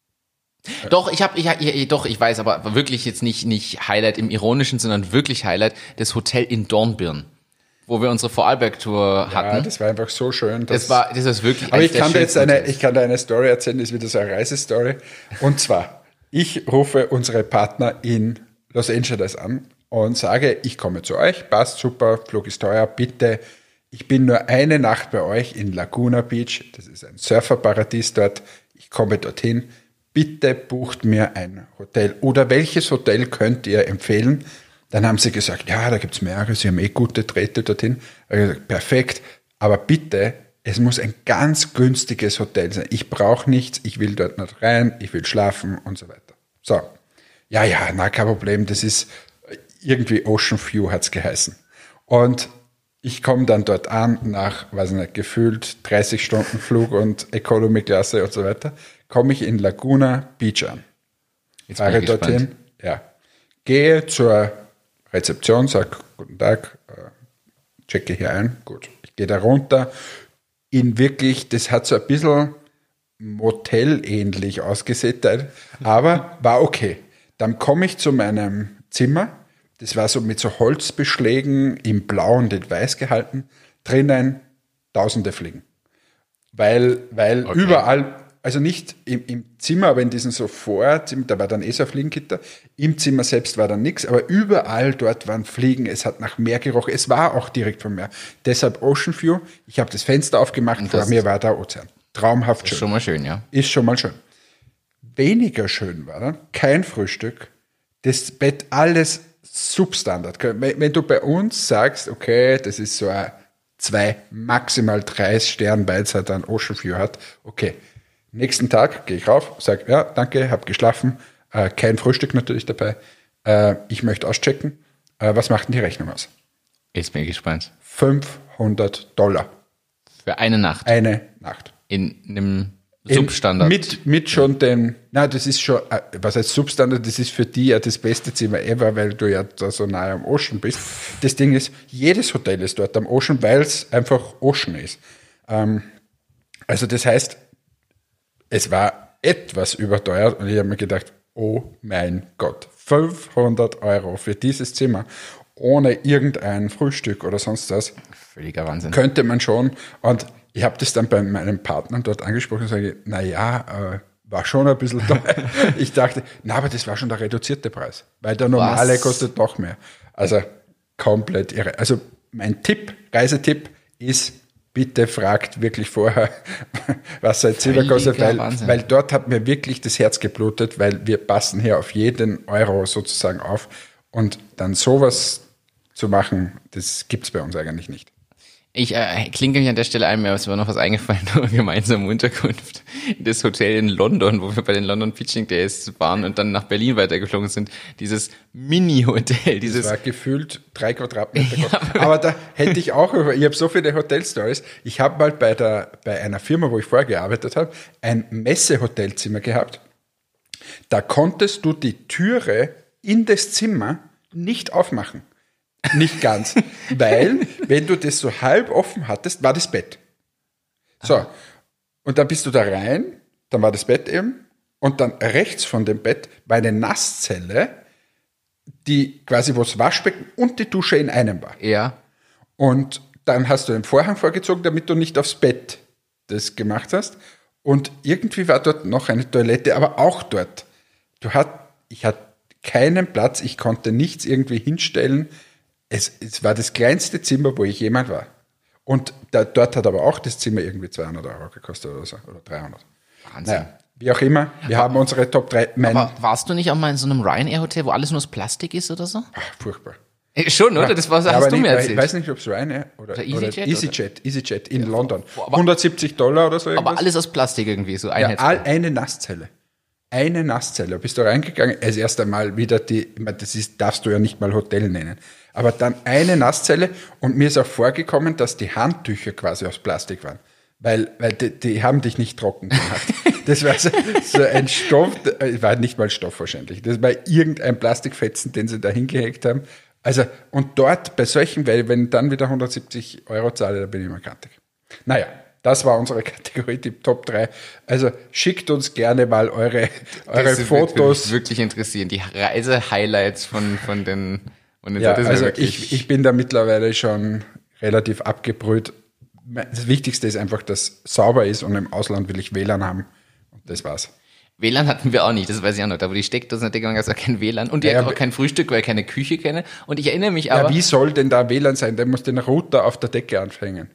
Doch, ich habe, ich, ich, doch, ich weiß, aber wirklich jetzt nicht, nicht Highlight im Ironischen, sondern wirklich Highlight, das Hotel in Dornbirn, wo wir unsere Vorarlberg-Tour Ja, hatten. das war einfach so schön. dass- Das war, das ist wirklich Aber eines ich der kann, dir jetzt schönsten eine, Hotels. ich kann dir eine Story erzählen, das ist wieder so eine Reisestory. Und zwar, ich rufe unsere Partner in Los Angeles an und sage, ich komme zu euch, passt super, Flug ist teuer, bitte. Ich bin nur eine Nacht bei euch in Laguna Beach, das ist ein Surferparadies dort. Ich komme dorthin. Bitte bucht mir ein Hotel. Oder welches Hotel könnt ihr empfehlen? Dann haben sie gesagt, ja, da gibt's mehrere, sie haben eh gute Drähte dorthin. Da habe ich gesagt, perfekt, aber bitte, es muss ein ganz günstiges Hotel sein. Ich brauche nichts, ich will dort nicht rein, ich will schlafen und so weiter. So, ja, ja, na, kein Problem, das ist irgendwie Ocean View hat's geheißen. Und ich komme dann dort an, nach, weiß nicht, gefühlt dreißig Stunden Flug und Economy-Klasse und so weiter, komme ich in Laguna Beach an. Jetzt bin Fahre ich gespannt. dorthin, ja. Gehe zur Rezeption, sage, guten Tag, äh, checke hier ein, gut. Ich gehe da runter, in wirklich, das hat so ein bisschen Motel-ähnlich ausgesehen, aber war okay. Dann komme ich zu meinem Zimmer, das war so mit so Holzbeschlägen im Blau und in Weiß gehalten, drinnen tausende Fliegen. Weil, weil Okay. überall, also nicht im, im Zimmer, aber in diesem so Vorzimmer, da war dann eh so ein Fliegengitter, im Zimmer selbst war dann nichts, aber überall dort waren Fliegen, es hat nach Meer gerochen, es war auch direkt vom Meer. Deshalb Ocean View, ich habe das Fenster aufgemacht, vor das mir war der Ozean. Traumhaft Ist schön. schon mal schön, ja. Ist schon mal schön. Weniger schön war dann kein Frühstück, das Bett, alles Substandard. Wenn, wenn du bei uns sagst, okay, das ist so ein zwei, maximal drei Sterne, weil es halt ein Ocean View hat, okay. Nächsten Tag gehe ich rauf, sage, ja, danke, habe geschlafen, äh, kein Frühstück natürlich dabei, äh, ich möchte auschecken. Äh, was macht denn die Rechnung aus? Jetzt bin ich gespannt. fünfhundert Dollar Für eine Nacht eine Nacht. in einem Substandard. Mit, mit schon dem, na, das ist schon, was heißt Substandard, das ist für die ja das beste Zimmer ever, weil du ja da so nahe am Ocean bist. Das Ding ist, jedes Hotel ist dort am Ocean, weil es einfach Ocean ist. Ähm, also das heißt, es war etwas überteuert und ich habe mir gedacht, oh mein Gott, fünfhundert Euro für dieses Zimmer ohne irgendein Frühstück oder sonst was. Völliger Wahnsinn. Könnte man schon. Und ich habe das dann bei meinem Partner dort angesprochen und sage, naja, äh, war schon ein bisschen teuer. Ich dachte, na, aber das war schon der reduzierte Preis, weil der normale was? Kostet noch mehr. Also komplett irre. Also mein Tipp, Reisetipp ist, bitte fragt wirklich vorher, was sein Zimmer kostet, weil, weil dort hat mir wirklich das Herz geblutet, weil wir passen hier auf jeden Euro sozusagen auf. Und dann sowas zu machen, das gibt es bei uns eigentlich nicht. Ich äh, klinge mich an der Stelle ein, mir ist mir noch was eingefallen, nur gemeinsame Unterkunft. Das Hotel in London, wo wir bei den London Pitching Days waren und dann nach Berlin weitergeflogen sind. Dieses Mini-Hotel. Dieses das war gefühlt drei Quadratmeter groß. Ja, aber da hätte ich auch, ich habe so viele Hotelstories. Ich habe mal bei, der, bei einer Firma, wo ich vorher gearbeitet habe, ein Messehotelzimmer gehabt. Da konntest du die Türe in das Zimmer nicht aufmachen. Nicht ganz. Weil, wenn du das so halb offen hattest, war das Bett. So. Aha. Und dann bist du da rein, dann war das Bett eben, und dann rechts von dem Bett war eine Nasszelle, die quasi, wo das Waschbecken und die Dusche in einem war. Ja. Und dann hast du den Vorhang vorgezogen, damit du nicht aufs Bett das gemacht hast. Und irgendwie war dort noch eine Toilette, aber auch dort. Du hat, ich hatte keinen Platz, ich konnte nichts irgendwie hinstellen. Es, es war das kleinste Zimmer, wo ich jemand war. Und da, dort hat aber auch das Zimmer irgendwie zweihundert Euro gekostet oder so, oder dreihundert. Wahnsinn. Naja, wie auch immer, wir aber, haben unsere Top drei. Mein, aber warst du nicht auch mal in so einem Ryanair-Hotel, wo alles nur aus Plastik ist oder so? Ach, furchtbar. Äh, schon, oder? Das war, ja, hast du nicht, mir erzählt. Ich weiß nicht, ob es Ryanair oder, oder EasyJet, oder EasyJet, EasyJet in ja, London. Aber, hundertsiebzig Dollar oder so irgendwas. Aber alles aus Plastik irgendwie, so ja, all, eine Nasszelle. Eine Nasszelle. Bist du reingegangen, als erst einmal wieder die, ich meine, das ist, darfst du ja nicht mal Hotel nennen, aber dann eine Nasszelle, und mir ist auch vorgekommen, dass die Handtücher quasi aus Plastik waren, weil, weil die, die haben dich nicht trocken gemacht. Das war so, so ein Stoff, war nicht mal Stoff wahrscheinlich, das war irgendein Plastikfetzen, den sie da hingehängt haben. Also, und dort bei solchen, weil wenn dann wieder hundertsiebzig Euro zahle, da bin ich mal kantig. Naja. Das war unsere Kategorie, die Top drei. Also schickt uns gerne mal eure, eure das Fotos. Das würde mich wirklich interessieren, die Reise-Highlights von, von den... Von den ja, also ich, ich bin da mittlerweile schon relativ abgebrüht. Das Wichtigste ist einfach, dass es sauber ist, und im Ausland will ich W L A N haben. Und das war's. W L A N hatten wir auch nicht, das weiß ich auch noch. Da wo die Steckdose nicht gegangen ist, auch kein W L A N. Und ich ja, auch kein Frühstück, weil ich keine Küche kenne. Und ich erinnere mich aber... Ja, wie soll denn da W L A N sein? Der muss den Router auf der Decke anhängen.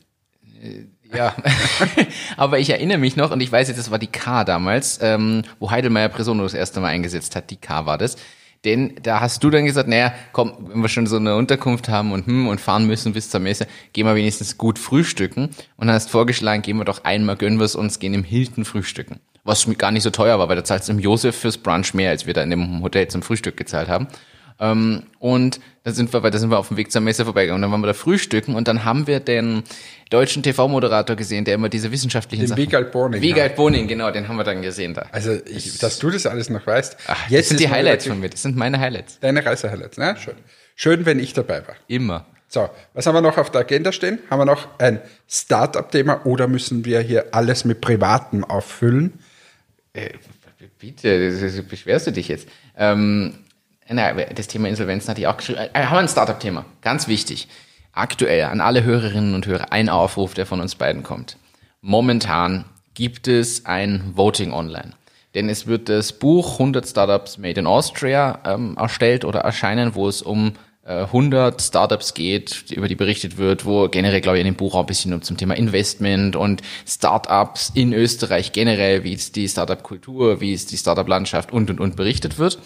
Ja, aber ich erinnere mich noch, und ich weiß jetzt, das war die K damals, ähm, wo Heidelmeier Presono das erste Mal eingesetzt hat. Die K war das. Denn da hast du dann gesagt, naja, komm, wenn wir schon so eine Unterkunft haben und hm, und fahren müssen bis zur Messe, gehen wir wenigstens gut frühstücken. Und dann hast vorgeschlagen, gehen wir doch einmal, gönnen wir es uns, gehen im Hilton frühstücken. Was gar nicht so teuer war, weil da zahlst du im Josef fürs Brunch mehr, als wir da in dem Hotel zum Frühstück gezahlt haben. Ähm, und da sind wir, weil da sind wir auf dem Weg zur Messe vorbeigegangen. Und dann waren wir da frühstücken, und dann haben wir den deutschen T V-Moderator gesehen, der immer diese wissenschaftlichen den Sachen... Wiegald Boning. Wiegald Boning, genau, den haben wir dann gesehen da. Also, ich, dass du das alles noch weißt. Ach, jetzt das sind die Highlights von mir, das sind meine Highlights. Deine Reise-Highlights, ne? Schön. Schön, wenn ich dabei war. Immer. So, was haben wir noch auf der Agenda stehen? Haben wir noch ein Start-up-Thema, oder müssen wir hier alles mit Privaten auffüllen? Äh, bitte, das, das beschwerst du dich jetzt. Ähm... Na, das Thema Insolvenzen hatte ich auch geschrieben. Wir haben ein Startup-Thema, ganz wichtig. Aktuell an alle Hörerinnen und Hörer ein Aufruf, der von uns beiden kommt. Momentan gibt es ein Voting online. Denn es wird das Buch hundert Startups Made in Austria ähm, erstellt oder erscheinen, wo es um äh, hundert Startups geht, über die berichtet wird, wo generell, glaube ich, in dem Buch auch ein bisschen um zum Thema Investment und Startups in Österreich generell, wie ist die Startup-Kultur, wie ist die Startup-Landschaft und, und, und berichtet wird.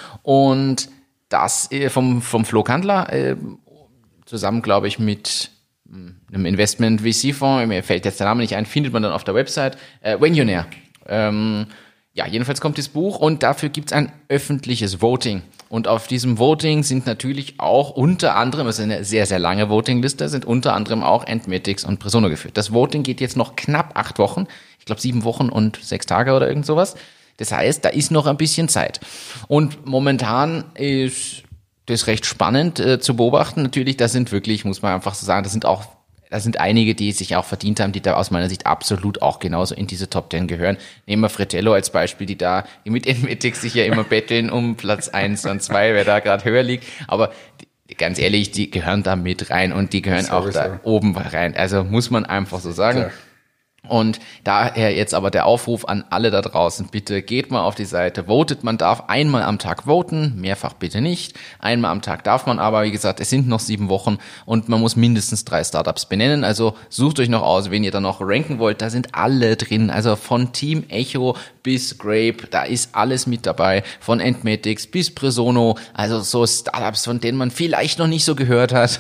Und das äh, vom, vom Flo Kandler, äh, zusammen, glaube ich, mit mh, einem Investment-V C-Fonds, mir fällt jetzt der Name nicht ein, findet man dann auf der Website, äh, Venionaire. Ähm, ja, jedenfalls kommt das Buch, und dafür gibt's ein öffentliches Voting. Und auf diesem Voting sind natürlich auch unter anderem, es ist eine sehr, sehr lange Votingliste, sind unter anderem auch Entmetics und Presono geführt. Das Voting geht jetzt noch knapp acht Wochen. Ich glaube, sieben Wochen und sechs Tage oder irgend sowas. Das heißt, da ist noch ein bisschen Zeit. Und momentan ist das recht spannend äh, zu beobachten. Natürlich, da sind wirklich, muss man einfach so sagen, das sind auch, da sind einige, die sich auch verdient haben, die da aus meiner Sicht absolut auch genauso in diese Top Ten gehören. Nehmen wir Fratello als Beispiel, die da mit N-Matic sich ja immer betteln um Platz eins und zwei, wer da gerade höher liegt. Aber die, ganz ehrlich, die gehören da mit rein und die gehören auch da oben rein. Also muss man einfach so sagen. Klar. Und daher jetzt aber der Aufruf an alle da draußen, bitte geht mal auf die Seite, votet, man darf einmal am Tag voten, mehrfach bitte nicht, einmal am Tag darf man aber, wie gesagt, es sind noch sieben Wochen und man muss mindestens drei Startups benennen, also sucht euch noch aus, wen ihr da noch ranken wollt, da sind alle drin, also von Team Echo bis Grape, da ist alles mit dabei, von Entmatics bis Presono, also so Startups, von denen man vielleicht noch nicht so gehört hat.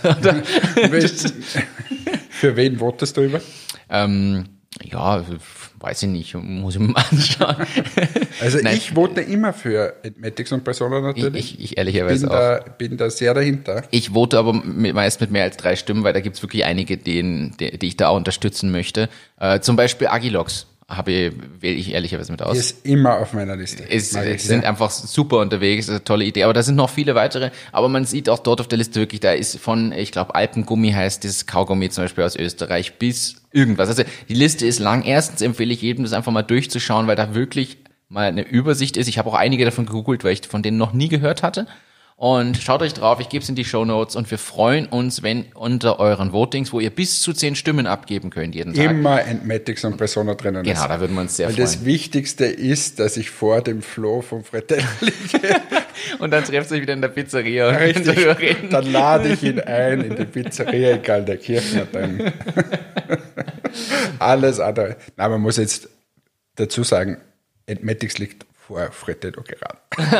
Für wen votest du über? Ähm, Ja, weiß ich nicht, muss ich mir mal anschauen. Also Nein. ich vote immer für Entmatics und Presono natürlich. Ich, ich ehrlicherweise bin auch. Da, bin da sehr dahinter. Ich vote aber mit, meist mit mehr als drei Stimmen, weil da gibt's wirklich einige, denen, die, die ich da auch unterstützen möchte. Äh, zum Beispiel Agilox habe ich, wähle ich ehrlicherweise mit aus. Die ist immer auf meiner Liste. Es, sie sind einfach super unterwegs, eine tolle Idee. Aber da sind noch viele weitere. Aber man sieht auch dort auf der Liste wirklich, da ist von, ich glaube, Alpengummi heißt dieses Kaugummi zum Beispiel aus Österreich bis irgendwas. Also die Liste ist lang. Erstens empfehle ich jedem, das einfach mal durchzuschauen, weil da wirklich mal eine Übersicht ist. Ich habe auch einige davon gegoogelt, weil ich von denen noch nie gehört hatte. Und schaut euch drauf, ich gebe es in die Shownotes und wir freuen uns, wenn unter euren Votings, wo ihr bis zu zehn Stimmen abgeben könnt jeden Tag. Immer Entmatics und Presono drinnen ist. Genau, da würden wir uns sehr Weil freuen. Das Wichtigste ist, dass ich vor dem Flo vom Fratello liege. Und dann trefft ihr euch wieder in der Pizzeria und Richtig, darüber reden. Dann lade ich ihn ein in die Pizzeria, egal der Kirchner dann. Alles andere. Na, man muss jetzt dazu sagen, Entmatics liegt vor Fratello gerade.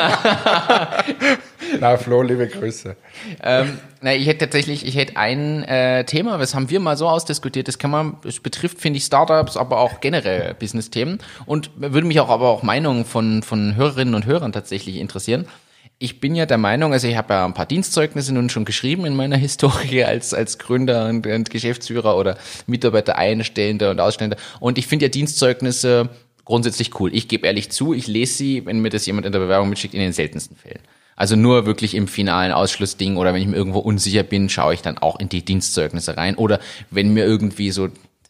Na, Flo, liebe Grüße. Ähm, na, ich hätte tatsächlich, ich hätte ein äh, Thema, das haben wir mal so ausdiskutiert, das kann man, es betrifft, finde ich, Startups, aber auch generell Business-Themen und würde mich auch aber auch Meinungen von, von Hörerinnen und Hörern tatsächlich interessieren. Ich bin ja der Meinung, also ich habe ja ein paar Dienstzeugnisse nun schon geschrieben in meiner Historie als als Gründer und, und Geschäftsführer oder Mitarbeiter Einstellender und Ausstellender und ich finde ja Dienstzeugnisse grundsätzlich cool. Ich gebe ehrlich zu, ich lese sie, wenn mir das jemand in der Bewerbung mitschickt, in den seltensten Fällen. Also nur wirklich im finalen Ausschlussding oder wenn ich mir irgendwo unsicher bin, schaue ich dann auch in die Dienstzeugnisse rein oder wenn mir irgendwie so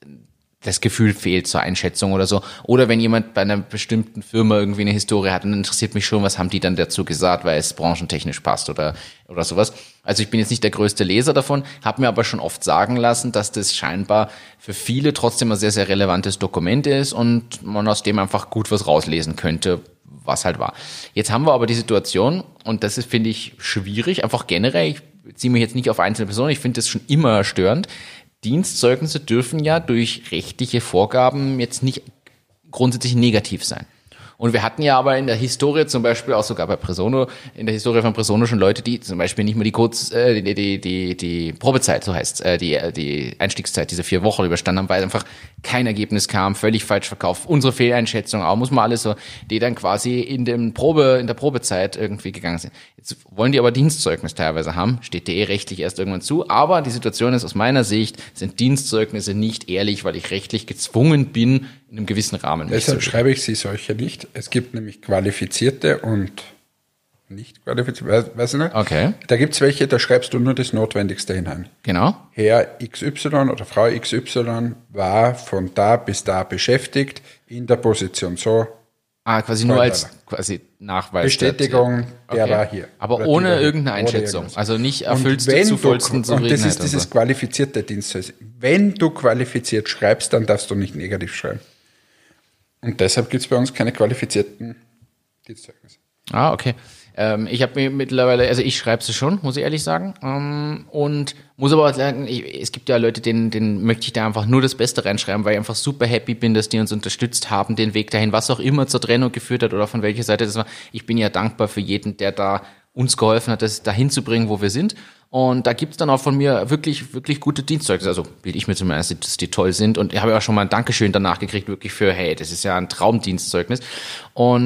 das Gefühl fehlt zur Einschätzung oder so. Oder wenn jemand bei einer bestimmten Firma irgendwie eine Historie hat, dann interessiert mich schon, was haben die dann dazu gesagt, weil es branchentechnisch passt oder oder sowas. Also ich bin jetzt nicht der größte Leser davon, habe mir aber schon oft sagen lassen, dass das scheinbar für viele trotzdem ein sehr, sehr relevantes Dokument ist und man aus dem einfach gut was rauslesen könnte, was halt war. Jetzt haben wir aber die Situation, und das ist, finde ich, schwierig, einfach generell, ich ziehe mich jetzt nicht auf einzelne Personen, ich finde das schon immer störend, Dienstzeugnisse dürfen ja durch rechtliche Vorgaben jetzt nicht grundsätzlich negativ sein. Und wir hatten ja aber in der Historie zum Beispiel auch sogar bei Presono, in der Historie von Presono schon Leute, die zum Beispiel nicht mehr die Kurz, äh, die, die, die, die Probezeit, so heißt äh, die, die Einstiegszeit, diese vier Wochen überstanden haben, weil einfach kein Ergebnis kam, völlig falsch verkauft, unsere Fehleinschätzung, auch muss man alles so, die dann quasi in dem Probe, in der Probezeit irgendwie gegangen sind. Jetzt wollen die aber Dienstzeugnis teilweise haben, steht dir eh rechtlich erst irgendwann zu, aber die Situation ist aus meiner Sicht, sind Dienstzeugnisse nicht ehrlich, weil ich rechtlich gezwungen bin, in einem gewissen Rahmen. Deshalb schreibe ich sie solche nicht. Es gibt nämlich qualifizierte und nicht qualifizierte, weiß ich nicht. Okay. Da gibt es welche, da schreibst du nur das Notwendigste hinein. Genau. Herr X Y oder Frau X Y war von da bis da beschäftigt in der Position so. Ah, quasi nur als quasi Nachweis. Bestätigung, der okay. war hier. Aber oder ohne die, irgendeine Einschätzung. Also nicht erfüllste, zu vollsten Zufriedenheit. Und das ist dieses so. qualifizierte Dienstzeugnis. Wenn du qualifiziert schreibst, dann darfst du nicht negativ schreiben. Und deshalb gibt es bei uns keine qualifizierten Dienstzeugnisse. Ah, okay. Ähm, ich habe mir mittlerweile, also ich schreibe sie schon, muss ich ehrlich sagen. Ähm, und muss aber auch sagen, ich, es gibt ja Leute, denen, denen möchte ich da einfach nur das Beste reinschreiben, weil ich einfach super happy bin, dass die uns unterstützt haben, den Weg dahin, was auch immer zur Trennung geführt hat oder von welcher Seite das war. Ich bin ja dankbar für jeden, der da uns geholfen hat, das dahin zu bringen, wo wir sind. Und da gibt's dann auch von mir wirklich, wirklich gute Dienstzeugnisse. Also bilde ich mir zumindest, dass die toll sind. Und ich habe ja auch schon mal ein Dankeschön danach gekriegt, wirklich für, hey, das ist ja ein Traumdienstzeugnis. Und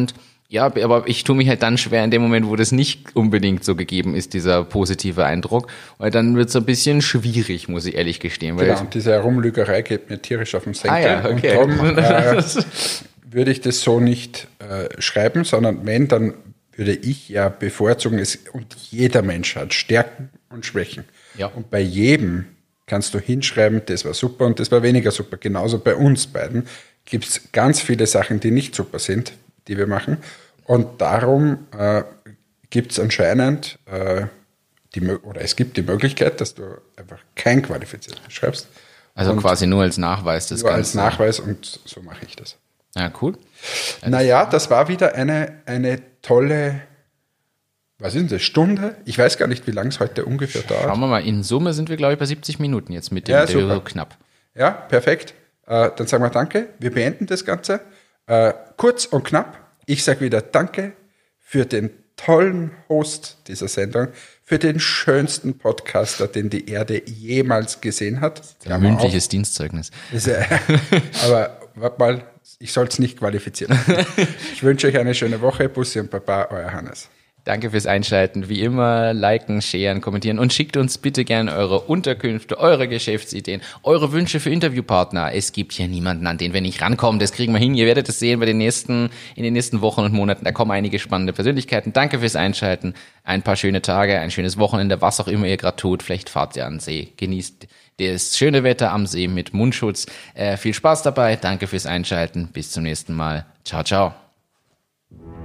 Ja, aber ich tue mich halt dann schwer in dem Moment, wo das nicht unbedingt so gegeben ist, dieser positive Eindruck, weil dann wird es ein bisschen schwierig, muss ich ehrlich gestehen. Weil genau, und diese Herumlügerei geht mir tierisch auf den Senkel. Ah ja, okay. Und darum äh, würde ich das so nicht äh, schreiben, sondern wenn, dann würde ich ja bevorzugen, es, und jeder Mensch hat Stärken und Schwächen. Ja. Und bei jedem kannst du hinschreiben, das war super und das war weniger super. Genauso bei uns beiden gibt es ganz viele Sachen, die nicht super sind, die wir machen. Und darum äh, gibt es anscheinend äh, die, oder es gibt die Möglichkeit, dass du einfach kein Qualifiziertes schreibst. Also und quasi nur als Nachweis des nur Ganzen. als Nachweis, und so mache ich das. Ja, cool. Naja, das war wieder eine, eine tolle, was ist denn das, Stunde? Ich weiß gar nicht, wie lange es heute ungefähr dauert. Schauen wir mal, in Summe sind wir, glaube ich, bei siebzig Minuten jetzt mit dem Ja, Interview, super. so knapp. Ja, perfekt. Äh, dann sagen wir Danke. Wir beenden das Ganze. Äh, kurz und knapp. Ich sage wieder Danke für den tollen Host dieser Sendung, für den schönsten Podcaster, den die Erde jemals gesehen hat. Ein mündliches Dienstzeugnis. Ist, äh, aber warte mal, ich soll es nicht qualifizieren. Ich wünsche euch eine schöne Woche. Bussi und Baba, euer Hannes. Danke fürs Einschalten. Wie immer, liken, sharen, kommentieren und schickt uns bitte gerne eure Unterkünfte, eure Geschäftsideen, eure Wünsche für Interviewpartner. Es gibt hier niemanden, an den wir nicht rankommen. Das kriegen wir hin. Ihr werdet es sehen bei den nächsten, in den nächsten Wochen und Monaten. Da kommen einige spannende Persönlichkeiten. Danke fürs Einschalten. Ein paar schöne Tage, ein schönes Wochenende, was auch immer ihr gerade tut. Vielleicht fahrt ihr an den See. Genießt das schöne Wetter am See mit Mundschutz. Äh, viel Spaß dabei. Danke fürs Einschalten. Bis zum nächsten Mal. Ciao, ciao.